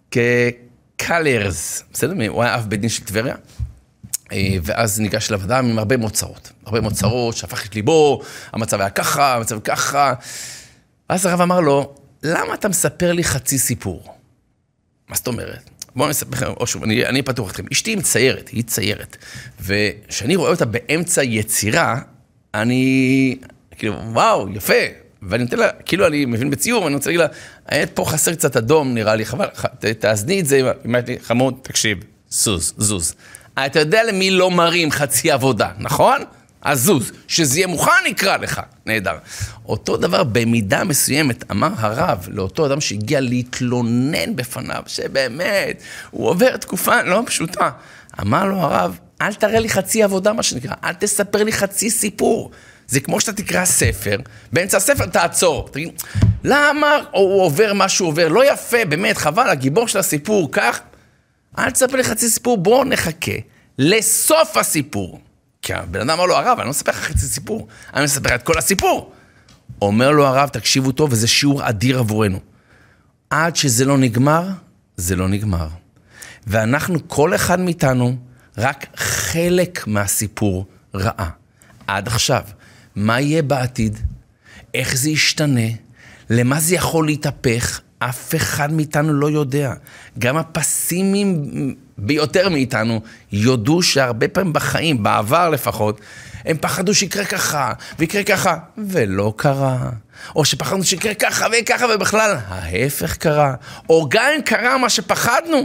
קלרס, בסדר? הוא היה אב בית דין של טבריה, ואז ניגש אליו אדם עם הרבה מאוד צרות, שהפך את ליבו, המצב היה ככה, המצב ככה. אז הרב אמר לו, למה אתה מספר לי חצי סיפור? מה זאת אומרת? בואו נספר לכם, או שוב, אני פתוח אתכם. אשתי מציירת, היא ציירת. וכשאני רואה אותה באמצע יצירה, אני, כאילו, וואו, יפה. ואני נותן לה, כאילו אני מבין בציור, ואני רוצה להגיד לה, פה חסר קצת אדום, נראה לי, חבל, תאזני את זה, אמרתי לי, חמוד, תקשיב, זוז. אתה יודע למי לא מרים חצי עבודה, נכון? אז זוז, שזה יהיה מוכן נקרא לך, נהדר. אותו דבר במידה מסוימת אמר הרב לאותו אדם שהגיע להתלונן בפניו, שבאמת הוא עובר תקופה לא פשוטה. אמר לו הרב, אל תראה לי חצי עבודה מה שנקרא, אל תספר לי חצי סיפור. זה כמו שאתה תקרא ספר, באמצע הספר תעצור. תגיד, למה הוא עובר מה שהוא עובר? לא יפה, באמת, חבל, הגיבור של הסיפור, כך. אל תספר לי חצי סיפור, בואו נחכה לסוף הסיפור. כי הבן אדם אמר לו, הרב, אני לא מספר לך חצי סיפור, אני מספר את כל הסיפור. אומר לו הרב, תקשיבו טוב, וזה שיעור אדיר עבורנו. עד שזה לא נגמר, זה לא נגמר. ואנחנו, כל אחד מאיתנו, רק חלק מהסיפור ראה. עד עכשיו, מה יהיה בעתיד? איך זה ישתנה? למה זה יכול להתהפך? אף אחד מאיתנו לא יודע. גם הפסימים ביותר מאיתנו יודו שהרבה פעמים בחיים, בעבר לפחות, הם פחדו שיקרה ככה ויקרה ככה, ולא קרה. או שפחדנו שיקרה ככה וככה, ובכלל ההפך קרה. או גם אם קרה מה שפחדנו,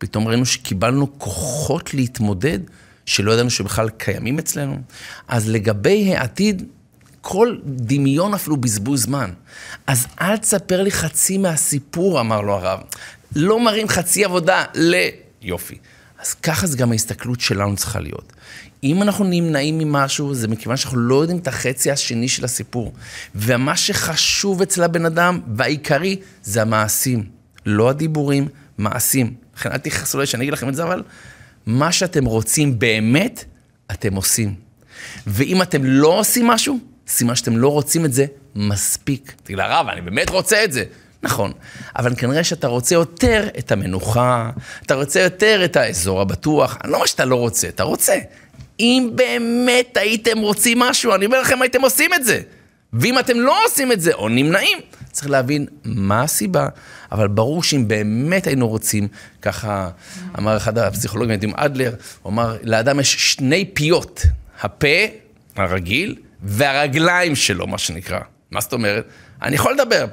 פתאום ראינו שקיבלנו כוחות להתמודד, שלא ידענו שבכלל קיימים אצלנו. אז לגבי העתיד, כל דמיון אפילו בזבוז זמן. אז אל תספר לי חצי מהסיפור, אמר לו הרב. לא מראים חצי עבודה ליופי. אז ככה זה גם ההסתכלות שלנו צריכה להיות. אם אנחנו נמנעים ממשהו, זה מכיוון שאנחנו לא יודעים את החצי השני של הסיפור. ומה שחשוב אצל הבן אדם, והעיקרי, זה המעשים. לא הדיבורים, מעשים. לכן אל תכנסו לי שאני אגיד לכם את זה, אבל מה שאתם רוצים באמת, אתם עושים. ואם אתם לא עושים משהו, סימן שאתם לא רוצים את זה, מספיק. תגיד לה, רב, אני באמת רוצה את זה. נכון, אבל כנראה שאתה רוצה יותר את המנוחה, אתה רוצה יותר את האזור הבטוח, לא מה שאתה לא רוצה, אתה רוצה. אם באמת הייתם רוצים משהו, אני אומר לכם, הייתם עושים את זה. ואם אתם לא עושים את זה, או נמנעים, צריך להבין מה הסיבה, אבל ברור שאם באמת היינו רוצים, ככה אמר אחד הפסיכולוגים, ידים אדלר, הוא אמר, לאדם יש שני פיות, הפה הרגיל, והרגליים שלו, מה שנקרא. מה זאת אומרת? אני יכול לדבר,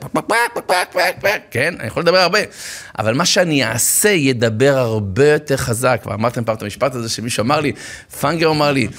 כן, אני יכול לדבר הרבה, אבל מה שאני אעשה ידבר הרבה יותר חזק, ואמרתם פעם את המשפט הזה שמישהו אמר לי, פנגר אמר לי,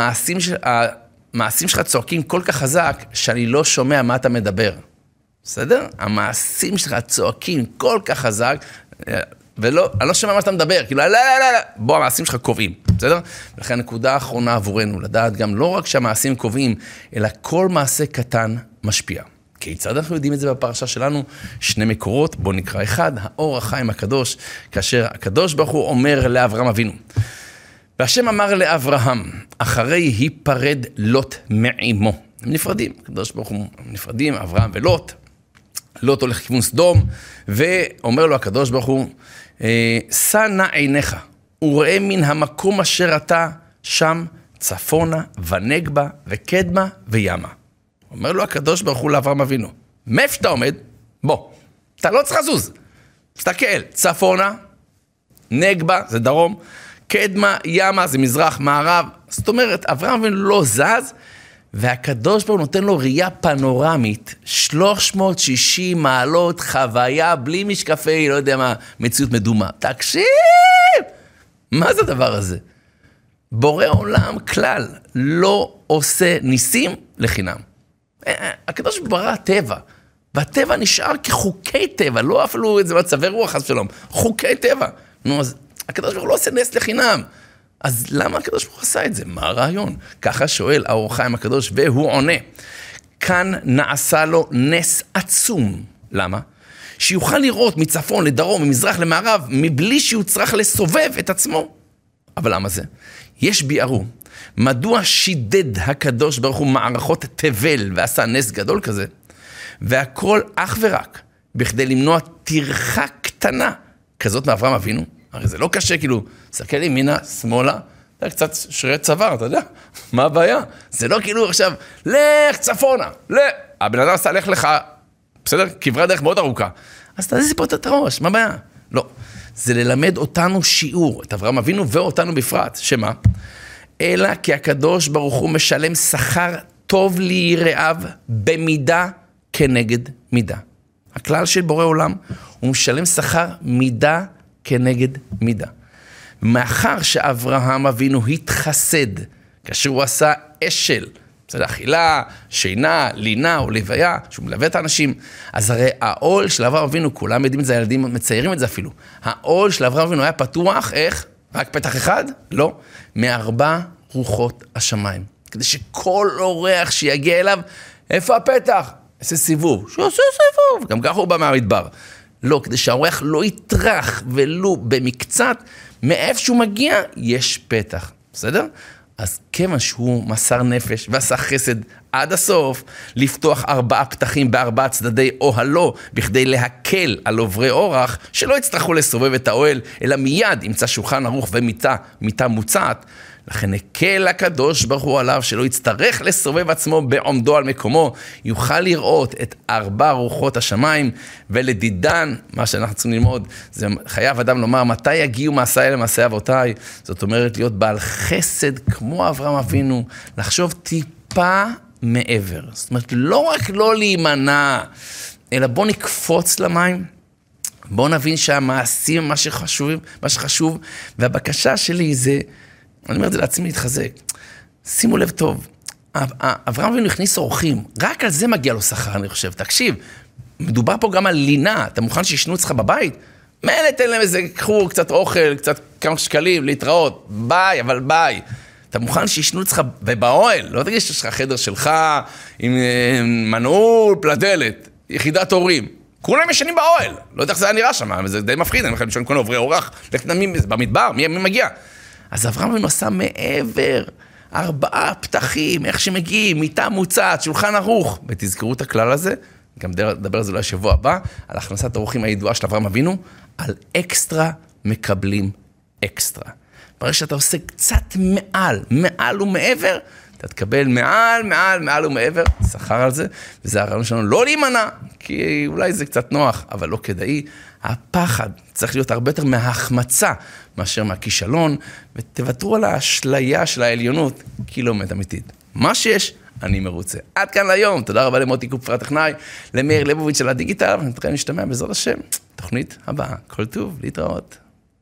המעשים שלך צועקים כל כך חזק, שאני לא שומע מה אתה מדבר. בסדר? המעשים שלך צועקים כל כך חזק, ואני לא שומע מה שאתה מדבר, כאילו, לא, בוא, המעשים שלך קובעים, בסדר? ולכן הנקודה האחרונה עבורנו, לדעת גם לא רק שהמעשים קובעים, אלא כל מעשה קטן משפיע. כיצד אנחנו יודעים את זה בפרשה שלנו? שני מקורות, בוא נקרא אחד, האור החיים הקדוש, כאשר הקדוש ברוך הוא אומר לאברהם אבינו, והשם אמר לאברהם, אחרי היפרד לוט מעמו. הם נפרדים, הקדוש ברוך הוא נפרדים, אברהם ולוט, לוט הולך לכיוון סדום, ואומר לו הקדוש ברוך הוא, שא נא עיניך, וראה מן המקום אשר אתה שם צפונה ונגבה וקדמה וימה. אומר לו הקדוש ברוך הוא לאברהם אבינו, מאיפה שאתה עומד? בוא, אתה לא צריך לזוז. תסתכל, צפונה, נגבה, זה דרום, קדמה, ימה, זה מזרח, מערב. זאת אומרת, אברהם אבינו לא זז, והקדוש ברוך הוא נותן לו ראייה פנורמית, 360 מעלות חוויה, בלי משקפי, לא יודע מה, מציאות מדומה. תקשיב! מה זה הדבר הזה? בורא עולם כלל לא עושה ניסים לחינם. הקדוש ברא טבע, והטבע נשאר כחוקי טבע, לא אפילו איזה מצבי רוח, חס ושלום, חוקי טבע. נו, אז הקדוש ברוך הוא לא עושה נס לחינם. אז למה הקדוש ברוך הוא עשה את זה? מה הרעיון? ככה שואל האור החיים הקדוש, והוא עונה. כאן נעשה לו נס עצום. למה? שיוכל לראות מצפון לדרום, ממזרח למערב, מבלי שהוא צריך לסובב את עצמו. אבל למה זה? יש ביארו. מדוע שידד הקדוש ברוך הוא מערכות תבל ועשה נס גדול כזה? והכל אך ורק בכדי למנוע טרחה קטנה כזאת מאברהם אבינו. הרי זה לא קשה, כאילו, סתכל ימינה, שמאלה, זה קצת שרירי צוואר, אתה יודע? מה הבעיה? זה לא כאילו עכשיו, לך צפונה, הבן אדם עשה לך, בסדר? כברת דרך מאוד ארוכה. אז תזיז פה את הראש, מה הבעיה? לא. זה ללמד אותנו שיעור, את אברהם אבינו ואותנו בפרט, שמה? אלא כי הקדוש ברוך הוא משלם שכר טוב ליראיו במידה כנגד מידה. הכלל של בורא עולם, הוא משלם שכר מידה כנגד מידה. מאחר שאברהם אבינו התחסד, כאשר הוא עשה אשל, בסדר, אכילה, שינה, לינה או לוויה, שהוא מלווה את האנשים, אז הרי העול של אברהם אבינו, כולם יודעים את זה, הילדים מציירים את זה אפילו, העול של אברהם אבינו היה פתוח, איך? רק פתח אחד? לא. מארבע רוחות השמיים. כדי שכל אורח שיגיע אליו, איפה הפתח? איזה סיבוב. שעושה סיבוב. גם ככה הוא בא מהמדבר. לא, כדי שהאורח לא יטרח ולו במקצת, מאיפה שהוא מגיע, יש פתח. בסדר? אז כיוון שהוא מסר נפש ועשה חסד עד הסוף, לפתוח 4 פתחים ב4 צדדי אוהלו, בכדי להקל על עוברי אורח, שלא יצטרכו לסובב את האוהל, אלא מיד ימצא שולחן ערוך ומיטה מוצעת. לכן הקל הקדוש ברוך הוא עליו, שלא יצטרך לסובב עצמו בעומדו על מקומו, יוכל לראות את 4 רוחות השמיים, ולדידן, מה שאנחנו צריכים ללמוד, זה חייב אדם לומר, מתי יגיעו מעשיי למעשי אבותיי? זאת אומרת, להיות בעל חסד כמו אברהם אבינו, לחשוב טיפה מעבר. זאת אומרת, לא רק לא להימנע, אלא בוא נקפוץ למים, בואו נבין שהמעשים הם מה שחשוב, והבקשה שלי זה, אני אומר את זה לעצמי להתחזק, שימו לב טוב, אברהם אבינו הכניס אורחים, רק על זה מגיע לו שכר, אני חושב, תקשיב, מדובר פה גם על לינה, אתה מוכן שישנו אצלך בבית? מילא תן להם איזה, קחו קצת אוכל, קצת כמה שקלים, להתראות, ביי, אבל ביי. אתה מוכן שישנו אצלך ובאוהל, לא תגיד שיש לך חדר שלך, עם מנעול, פלדלת, יחידת הורים. כולם ישנים באוהל, לא יודע איך זה היה נראה שם, זה די מפחיד, אני חושב שאני עוברי אורח, במדבר, מי מגיע? אז אברהם אבינו עשה מעבר, 4 פתחים, איך שמגיעים, מיטה מוצעת, שולחן ערוך, ותזכרו את הכלל הזה, גם נדבר על זה אולי שבוע הבא, על הכנסת האורחים הידועה של אברהם אבינו, על אקסטרה מקבלים אקסטרה. ברגע שאתה עושה קצת מעל ומעבר, אתה תקבל מעל ומעבר, שכר על זה, וזה הרעיון שלנו לא להימנע, כי אולי זה קצת נוח, אבל לא כדאי. הפחד צריך להיות הרבה יותר מההחמצה, מאשר מהכישלון, ותוותרו על האשליה של העליונות, כי לא באמת אמיתית. מה שיש, אני מרוצה. עד כאן להיום, תודה רבה למוטי קופר הטכנאי, למאיר ליבוביץ' של הדיגיטל, ונתראה נשתמע בעזרת השם. תוכנית הבאה, כל טוב, להתראות.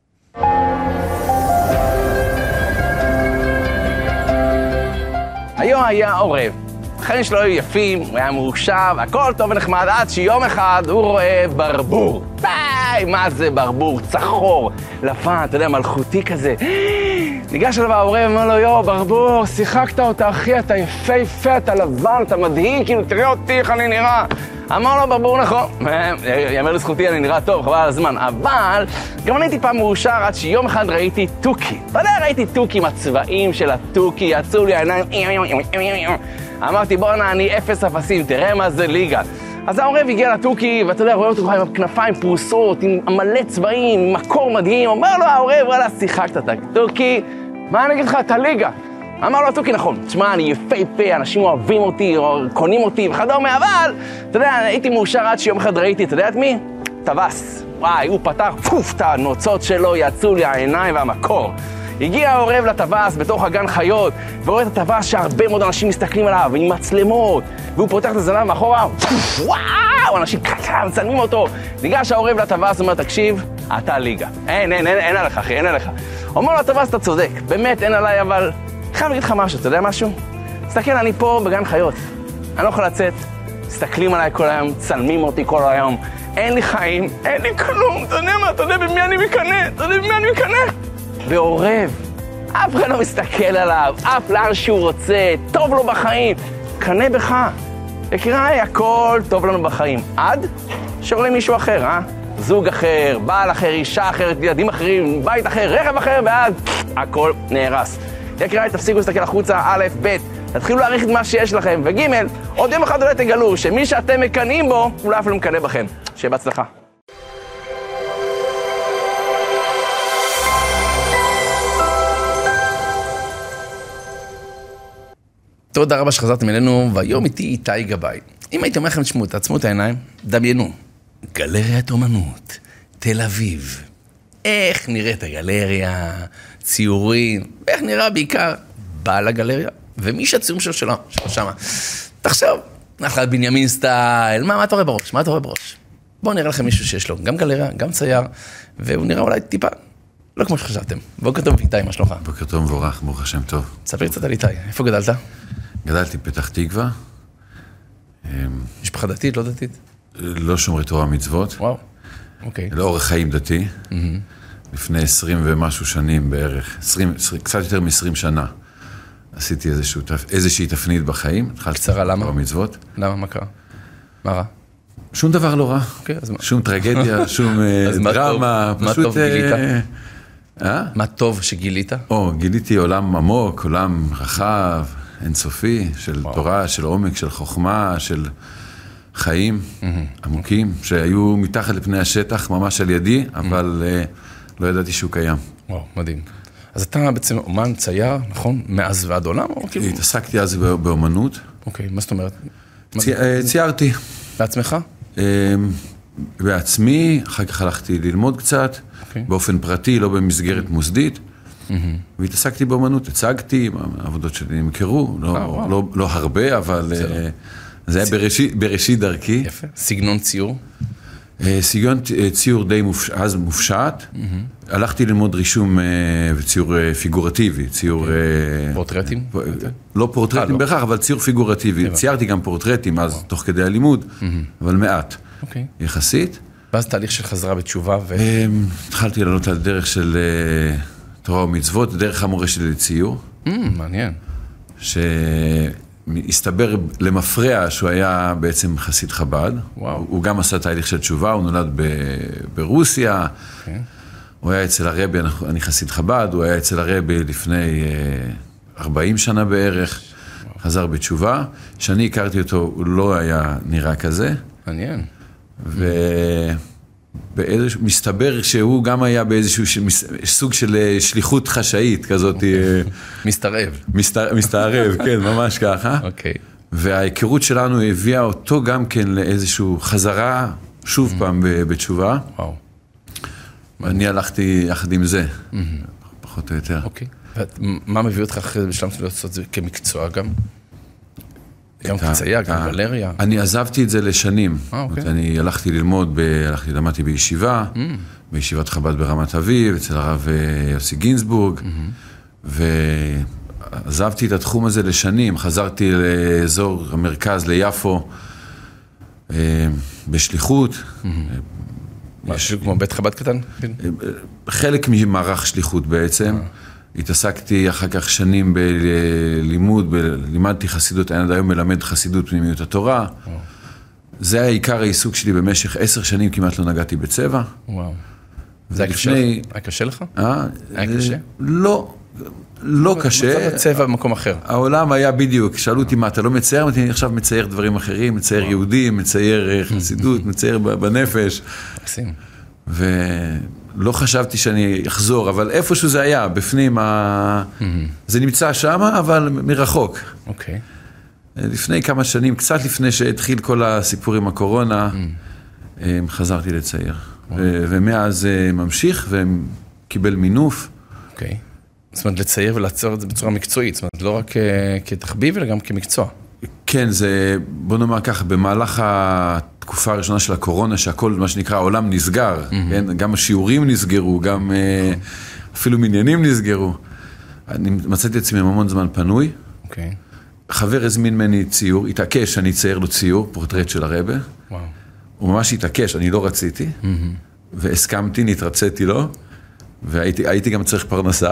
היום היה עורב, החיים שלו היו יפים, הוא היה מאושר, הכל טוב ונחמד, עד שיום אחד הוא רואה ברבור. ביי, מה זה ברבור? צחור, לבן, אתה יודע, מלכותי כזה. ניגש אליו העורב, אומר לו, יו, ברבור, שיחקת אותה, אחי, אתה יפה, אתה לבן, אתה מדהים, כאילו, תראה אותי, איך אני נראה. אמר לו, ברבור, נכון. יאמר לזכותי, אני נראה טוב, חבל על הזמן. אבל גם אני טיפה מאושר עד שיום אחד ראיתי טוקי. אתה יודע, ראיתי טוקי עם הצבעים של הטוקי, יצאו לי העיניים. אמרתי, בוא'נה, אני 0 אפסים, תראה מה זה ליגה. אז העורב הגיע לטוקי, ואתה יודע, רואה אותו עם כנפיים פרוסות, עם מלא צבעים, עם מקור מדהים. אומר לו, העורב, וואלה, שיחקת את הטוקי. מה אני אגיד לך, אתה ליגה? אמר לו הטוקי, נכון, תשמע, אני יפה, אנשים אוהבים אותי, או קונים אותי וכדומה, אבל, אתה יודע, הייתי מאושר עד שיום אחד ראיתי, אתה יודע את מי? טווס. וואי, הוא פתח, את הנוצות שלו, יצאו לי העיניים והמקור. הגיע העורב לטווס בתוך הגן חיות, ורואה את הטווס שהרבה מאוד אנשים מסתכלים עליו, עם מצלמות, והוא פותח את הזנב מאחורה, וואו, אנשים מצלמים אותו. ניגש העורב לטווס, אומר, תקשיב, אתה ליגה. אין עליך, אחי, אין עליך. אומר לו הטווס, אתה צודק, באמת אין עליי, אבל חייב להגיד לך משהו, אתה יודע משהו? תסתכל, אני פה בגן חיות, אני לא יכול לצאת, מסתכלים עליי כל היום, צלמים אותי כל היום, אין לי חיים, אין לי כלום, אתה יודע מה, אתה יודע במי אני מקנא? ועורב, אף אחד לא מסתכל עליו, אף לאן שהוא רוצה, טוב לו בחיים, קנה בך. יקיריי, הכל טוב לנו בחיים, עד שעולה מישהו אחר, זוג אחר, בעל אחר, אישה אחרת, ילדים אחרים, בית אחר, רכב אחר, ואז הכל נהרס. יקיריי, תפסיקו להסתכל החוצה, א', ב', תתחילו להעריך את מה שיש לכם, וג', עוד יום אחד אולי תגלו שמי שאתם מקנאים בו, אולי אפילו מקנא בכם. שיהיה בהצלחה. תודה רבה שחזרתם אלינו, והיום איתי איתי גבאי. אם הייתם אומר לכם, תשמעו, תעצמו את העיניים, דמיינו. גלריית אומנות, תל אביב. איך נראית הגלריה, ציורים, ואיך נראה בעיקר בעל הגלריה, ומי שהציורים שלו שמה. תחשוב, נחלת בנימין סטייל, מה אתה רואה בראש? בואו נראה לכם מישהו שיש לו גם גלריה, גם צייר, והוא נראה אולי טיפה, לא כמו שחשבתם. בוקר טוב איתי, מה שלומך? בוקר טוב מבורך, ברוך השם טוב. תספר קצת על איתי, איפה גדלת? גדלתי בפתח תקווה. משפחה דתית, לא דתית? לא שומרי תורה מצוות. וואו, אוקיי. לא אורח חיים דתי. לפני 20 ומשהו שנים בערך, קצת יותר מ-20 שנה, עשיתי איזושהי תפנית בחיים. קצרה, למה? במצוות. למה? מה קרה? מה רע? שום דבר לא רע. אוקיי, אז מה? שום טרגדיה, שום דרמה. מה טוב גילית? מה טוב שגילית? גיליתי עולם עמוק, עולם רחב, אינסופי, של תורה, של עומק, של חוכמה, של חיים עמוקים, שהיו מתחת לפני השטח, ממש על ידי, אבל לא ידעתי שהוא קיים. וואו, מדהים. אז אתה בעצם אומן צייר, נכון? מאז ועד עולם? התעסקתי אז באומנות. אוקיי, מה זאת אומרת? ציירתי. בעצמך? בעצמי, אחר כך הלכתי ללמוד קצת, באופן פרטי, לא במסגרת מוסדית, והתעסקתי באומנות, הצגתי, העבודות שלי נמכרו, לא הרבה, אבל זה היה בראשית דרכי. יפה. סגנון ציור? סגנון ציור די אז מופשט, הלכתי ללמוד רישום וציור פיגורטיבי, ציור... פורטרטים? לא פורטרטים בהכרח, אבל ציור פיגורטיבי. ציירתי גם פורטרטים אז, תוך כדי הלימוד, אבל מעט, יחסית. ואז תהליך של חזרה בתשובה ו... התחלתי לעלות על דרך של תורה ומצוות, דרך המורה שלי לציור. מעניין. הסתבר למפרע שהוא היה בעצם חסיד חב"ד. הוא גם עשה תהליך של תשובה, הוא נולד ברוסיה. הוא היה אצל הרבי, אני חסיד חב"ד, הוא היה אצל הרבי לפני 40 שנה בערך, חזר בתשובה. כשאני הכרתי אותו, הוא לא היה נראה כזה. מעניין. מסתבר שהוא גם היה באיזשהו סוג של שליחות חשאית כזאת. מסתערב, כן, ממש ככה. וההיכרות שלנו הביאה אותו גם כן לאיזשהו חזרה, שוב פעם בתשובה. ואני הלכתי יחד עם זה, פחות או יותר. אוקיי. מה מביא אותך אחרי זה בשלב של לעשות את זה כמקצוע גם? גם כצייר, גם גלריה. אני עזבתי את זה לשנים. אני הלכתי ללמוד, למדתי בישיבה, בישיבת חב"ד ברמת אביב, אצל הרב יוסי גינזבורג, ועזבתי את התחום הזה לשנים, חזרתי לאזור המרכז, ליפו, בשליחות. משהו כמו בית חב"ד קטן? חלק ממערך שליחות בעצם. התעסקתי אחר כך שנים בלימוד, לימדתי חסידות, אני עד היום מלמד חסידות פנימיות התורה. זה היה עיקר העיסוק שלי במשך 10 שנים, כמעט לא נגעתי בצבע. וואו. זה היה קשה לך? היה קשה? לא קשה. מצאת צבע במקום אחר. העולם היה בדיוק, שאלו אותי מה, אתה לא מצייר? אני עכשיו מצייר דברים אחרים, מצייר יהודים, מצייר חסידות, מצייר בנפש. מקסים. ולא חשבתי שאני אחזור, אבל איפשהו זה היה, בפנים, זה נמצא שם, אבל מרחוק. אוקיי. לפני כמה שנים, קצת לפני שהתחיל כל הסיפור עם הקורונה, חזרתי לצייר. ומאז ממשיך, וקיבל מינוף. אוקיי. זאת אומרת, לצייר ולעצור את זה בצורה מקצועית, זאת אומרת, לא רק כתחביב, אלא גם כמקצוע. כן, זה, בוא נאמר ככה, במהלך התקופה הראשונה של הקורונה, שהכל, מה שנקרא, העולם נסגר, כן? גם השיעורים נסגרו, גם אפילו מניינים נסגרו. אני מצאתי עצמי המון זמן פנוי. אוקיי. חבר הזמין ממני ציור, התעקש שאני אצייר לו ציור, פורטרט של הרבה. וואו. הוא ממש התעקש, אני לא רציתי, והסכמתי, נתרציתי לו, והייתי גם צריך פרנסה.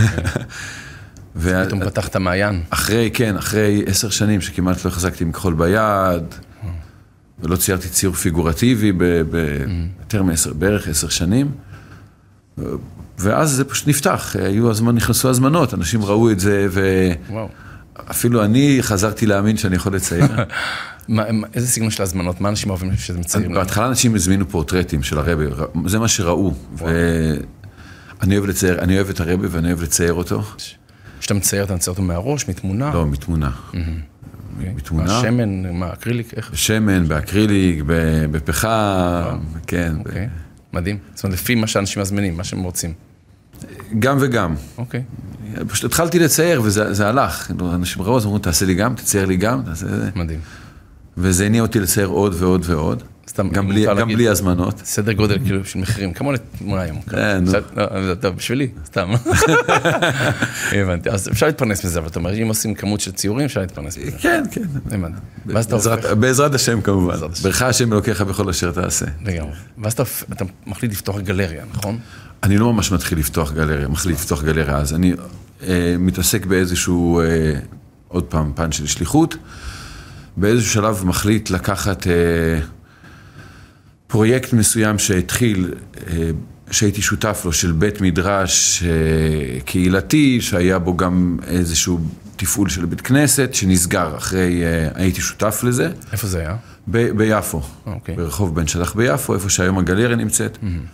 פתאום פתחת מעיין. אחרי 10 שנים שכמעט לא החזקתי מכחול ביד, ולא ציירתי ציור פיגורטיבי ביותר בערך 10 שנים, ואז זה פשוט נפתח, נכנסו הזמנות, אנשים ראו את זה, ואפילו אני חזרתי להאמין שאני יכול לצייר. איזה סגנון של הזמנות? מה אנשים אוהבים שזה מציירים? בהתחלה אנשים הזמינו פורטרטים של הרבי, זה מה שראו, ואני אוהב לצייר, אני אוהב את הרבי ואני אוהב לצייר אותו. כשאתה מצייר, אתה מצייר אותו מהראש, מתמונה? לא, מתמונה. מתמונה. שמן, מה, אקריליק, איך? שמן, באקריליק, בפחם, כן. אוקיי, מדהים. זאת אומרת, לפי מה שאנשים מזמינים, מה שהם רוצים. גם וגם. אוקיי. פשוט התחלתי לצייר וזה הלך. אנשים ראו, אז אמרו, תעשה לי גם, תצייר לי גם, תעשה זה. מדהים. וזה הניע אותי לצייר עוד ועוד ועוד. גם בלי הזמנות. סדר גודל כאילו של מחירים, כמה לתמונה היום? טוב, בשבילי, סתם. הבנתי, אז אפשר להתפרנס מזה, אבל אתה אומר, אם עושים כמות של ציורים, אפשר להתפרנס מזה. כן. בעזרת השם כמובן. ברך השם אלוקיך בכל אשר תעשה. לגמרי. ואז אתה מחליט לפתוח גלריה, נכון? אני לא ממש מתחיל לפתוח גלריה, מחליט לפתוח גלריה, אז אני מתעסק באיזשהו, עוד פעם, פן של שליחות, באיזשהו שלב מחליט לקחת פרויקט מסוים שהתחיל, שהייתי שותף לו, של בית מדרש קהילתי, שהיה בו גם איזשהו תפעול של בית כנסת, שנסגר אחרי, הייתי שותף לזה. איפה זה היה? ביפו, ברחוב בן שלח ביפו, איפה שהיום הגלריה נמצאת.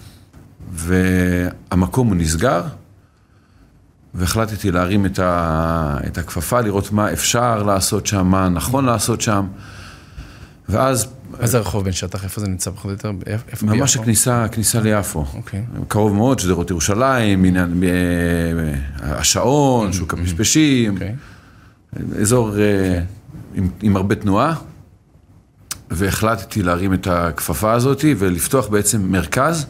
והמקום הוא נסגר, והחלטתי להרים את הכפפה, לראות מה אפשר לעשות שם, מה נכון לעשות שם, ואז... איזה רחוב בן שטח, איפה זה נמצא פחות או יותר? ממש הכניסה ליפו. קרוב מאוד, שדרות ירושלים, השעון, שוק הפשפשים, אזור עם הרבה תנועה, והחלטתי להרים את הכפפה הזאת ולפתוח בעצם מרכז,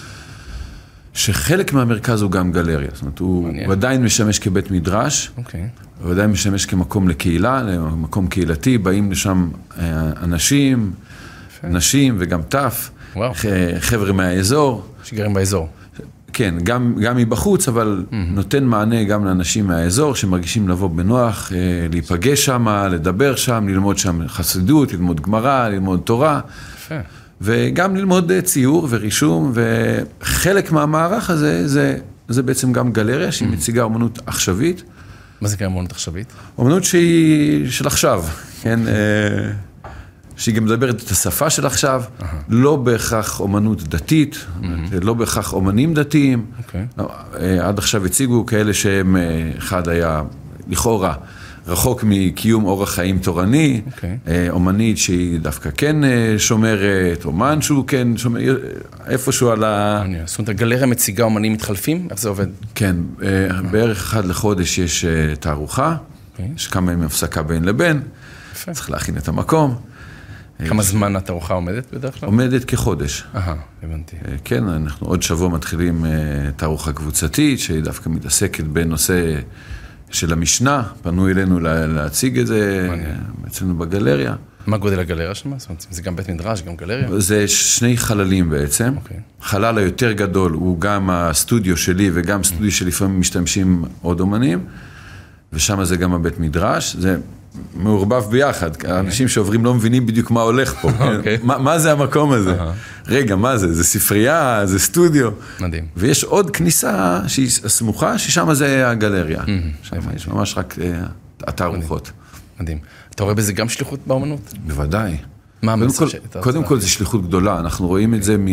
שחלק מהמרכז הוא גם גלריה. זאת אומרת, הוא עדיין משמש כבית מדרש, הוא עדיין משמש כמקום לקהילה, למקום קהילתי, באים לשם אנשים, נשים וגם טף, חבר'ה מהאזור. שגרים באזור. כן, גם מבחוץ, אבל נותן מענה גם לאנשים מהאזור, שמרגישים לבוא בנוח, להיפגש שם, לדבר שם, ללמוד שם חסידות, ללמוד גמרא, ללמוד תורה. יפה. וגם ללמוד ציור ורישום, וחלק מהמערך הזה, זה בעצם גם גלריה, שהיא מציגה אומנות עכשווית. מה זה גם אומנות עכשווית? אומנות שהיא של עכשיו, כן? שהיא גם מדברת את השפה של עכשיו, לא בהכרח אומנות דתית, לא בהכרח אומנים דתיים. עד עכשיו הציגו כאלה שהם, אחד היה לכאורה, רחוק מקיום אורח חיים תורני, אומנית שהיא דווקא כן שומרת, אומן שהוא כן שומר, איפשהו על ה... זאת אומרת, הגלריה מציגה אומנים מתחלפים? איך זה עובד? כן, בערך אחד לחודש יש תערוכה, יש כמה ימים הפסקה בין לבין, צריך להכין את המקום. כמה זמן התערוכה עומדת בדרך כלל? עומדת כחודש. הבנתי. כן, אנחנו עוד שבוע מתחילים תערוכה קבוצתית, שהיא דווקא מתעסקת בנושא של המשנה, פנו אלינו להציג את זה אצלנו בגלריה. מה גודל הגלריה שם? זאת אומרת, זה גם בית מדרש, גם גלריה? זה שני חללים בעצם. חלל היותר גדול הוא גם הסטודיו שלי וגם סטודיו שלפעמים משתמשים עוד אומנים, ושם זה גם הבית מדרש. זה מעורבב ביחד. האנשים שעוברים לא מבינים בדיוק מה הולך פה. מה זה המקום הזה? רגע, מה זה? זה ספרייה, זה סטודיו. מדהים. ויש עוד כניסה שהיא סמוכה, ששם זה הגלריה. שם יש ממש רק התערוכות. מדהים. אתה רואה בזה גם שליחות באמנות? בוודאי. מה המסר שאתה... קודם כל זה שליחות גדולה. אנחנו רואים את זה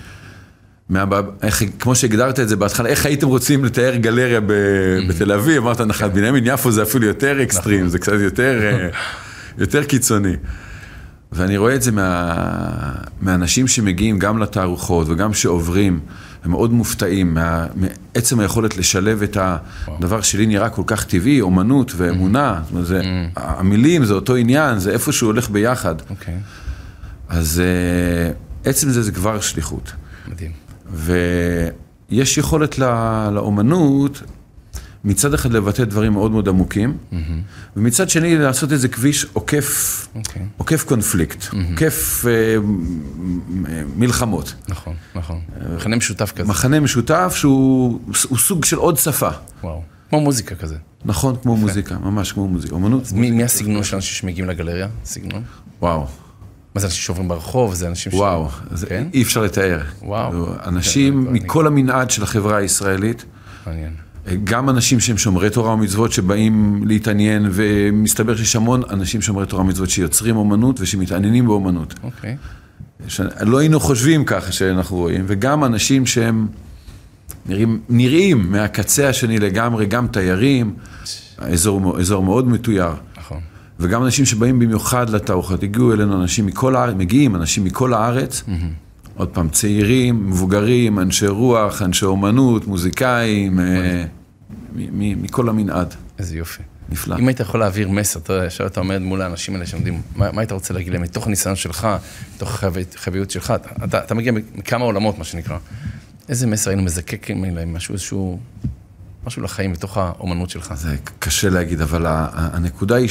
כמו שהגדרת את זה בהתחלה, איך הייתם רוצים לתאר גלריה בתל אביב? אמרת נחלת בנימין, יפו זה אפילו יותר אקסטרים, זה קצת יותר קיצוני. ואני רואה את זה מהאנשים שמגיעים גם לתערוכות וגם שעוברים, הם מאוד מופתעים מעצם היכולת לשלב את הדבר שלי נראה כל כך טבעי, אומנות ואמונה, זאת אומרת, המילים זה אותו עניין, זה איפה שהוא הולך ביחד. אז עצם זה כבר שליחות. מדהים. ויש יכולת לאומנות מצד אחד לבטא דברים מאוד מאוד עמוקים, ומצד שני לעשות איזה כביש עוקף קונפליקט, עוקף מלחמות. נכון, נכון. מחנה משותף כזה. מחנה משותף שהוא סוג של עוד שפה. וואו. כמו מוזיקה כזה. נכון, כמו מוזיקה, ממש כמו מוזיקה. מי הסגנון של אנשים שמגיעים לגלריה? סגנון? וואו. מה זה אנשים שעוברים ברחוב? זה אנשים וואו, אי אפשר לתאר. וואו. אנשים מכל המנעד של החברה הישראלית. מעניין. גם אנשים שהם שומרי תורה ומצוות שבאים להתעניין, ומסתבר שיש המון אנשים שומרי תורה ומצוות שיוצרים אומנות ושמתעניינים באומנות. אוקיי. לא היינו חושבים ככה שאנחנו רואים, וגם אנשים שהם נראים מהקצה השני לגמרי, גם תיירים, אזור מאוד מתויר. נכון. וגם אנשים שבאים במיוחד לתערוכות, הגיעו אלינו אנשים מכל הארץ, מגיעים אנשים מכל הארץ, עוד פעם, צעירים, מבוגרים, אנשי רוח, אנשי אומנות, מוזיקאים, מכל המנעד. איזה יופי. נפלא. אם היית יכול להעביר מסר, אתה עומד מול האנשים האלה שעומדים, מה היית רוצה להגיד להם? מתוך הניסיון שלך, מתוך החוויות שלך, אתה מגיע מכמה עולמות, מה שנקרא. איזה מסר היינו מזקקים אליהם, משהו לחיים, מתוך האומנות שלך? זה קשה להגיד, אבל הנקודה היא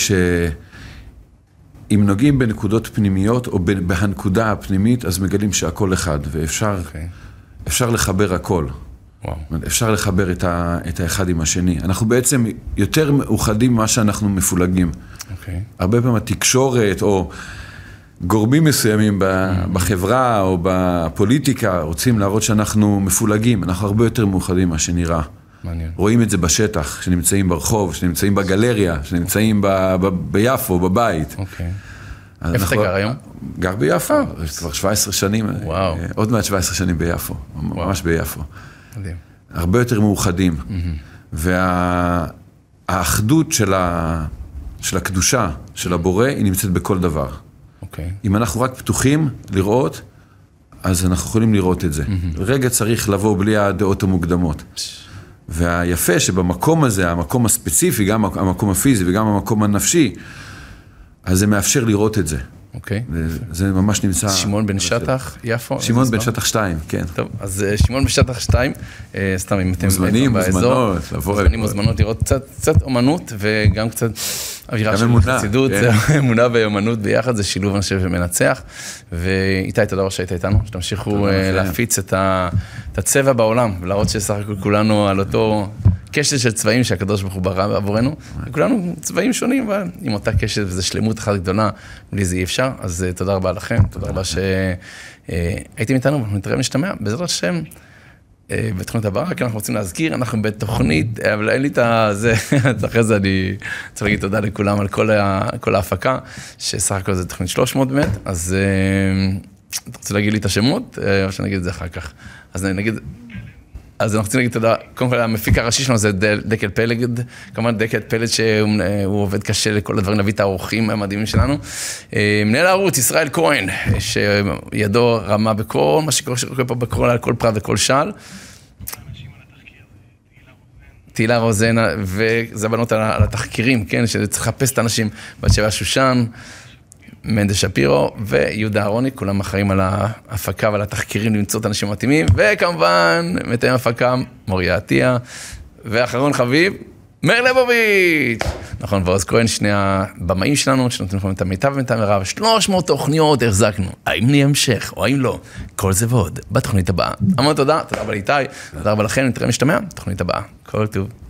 אם נוגעים בנקודות פנימיות, או בהנקודה הפנימית, אז מגלים שהכל אחד, ואפשר לחבר הכל. אפשר לחבר את האחד עם השני. אנחנו בעצם יותר מאוחדים ממה שאנחנו מפולגים. הרבה פעמים התקשורת, או גורמים מסוימים בחברה, או בפוליטיקה, רוצים להראות שאנחנו מפולגים. אנחנו הרבה יותר מאוחדים ממה שנראה. רואים את זה בשטח, שנמצאים ברחוב, שנמצאים בגלריה, שנמצאים ביפו, בבית. איפה אתה גר היום? גר ביפו, כבר 17 שנים, עוד מעט 17 שנים ביפו, ממש ביפו. הרבה יותר מאוחדים. והאחדות של הקדושה, של הבורא, היא נמצאת בכל דבר. אם אנחנו רק פתוחים לראות, אז אנחנו יכולים לראות את זה. רגע צריך לבוא בלי הדעות המוקדמות. והיפה שבמקום הזה, המקום הספציפי, גם המקום הפיזי וגם המקום הנפשי, אז זה מאפשר לראות את זה. אוקיי. וזה ממש נמצא... שמעון בן שטח, יפו. שמעון בן שטח 2, כן. טוב, אז שמעון בן שטח 2, סתם אם אתם מוזמנים, מוזמנות, לבוא. מוזמנות לראות קצת אומנות וגם קצת אווירה של חסידות, אמונה ואומנות ביחד, זה שילוב אני חושב ומנצח. ואיתי, תודה רבה שהיית איתנו, שתמשיכו להפיץ את הצבע בעולם, ולהראות שסך הכל כולנו על אותו קשת של צבעים שהקדוש ברוך הוא ברא עבורנו, וכולנו צבעים שונים, אבל עם אותה קשת, וזו שלמות אחת גדולה, בלי זה אי אפשר, אז תודה רבה לכם, תודה רבה שהייתם איתנו, ואנחנו נתראה ונשתמע, בעזרת השם, בתוכנית הבאה, כי אנחנו רוצים להזכיר, אנחנו בתוכנית, אבל אין לי את זה, אחרי זה אני צריך להגיד תודה לכולם על כל ההפקה, שסך הכל זה תוכנית 300 באמת, אז אתה רוצה להגיד לי את השמות, או שנגיד את זה אחר כך, אז אנחנו רוצים להגיד תודה, קודם כל המפיק הראשי שלנו זה דקל פלד, כמובן דקל פלד שהוא עובד קשה לכל הדברים, להביא את האורחים המדהימים שלנו. מנהל הערוץ, ישראל כהן, שידו רמה בכל, מה שקורה פה בכל, על כל פרט וכל שעל. תהילה רוזן, וזה בנות על התחקירים, כן, שצריך לחפש את האנשים, בת שבע שושן, מנדה שפירו ויהודה אהרוני, כולם אחראים על ההפקה ועל התחקירים למצוא את האנשים המתאימים, וכמובן מתאם הפקה מוריה עטיה, ואחרון חביב, מאיר ליבוביץ'. נכון, ועוז כהן, שני הבמאים שלנו, שנותנים לכם את המיטב ואת המרב, 300 תוכניות החזקנו, האם נהיה המשך או האם לא, כל זה ועוד, בתוכנית הבאה. המון תודה, תודה רבה לאיתי, תודה רבה לכם, נתראה משתמע, תוכנית הבאה, כל טוב.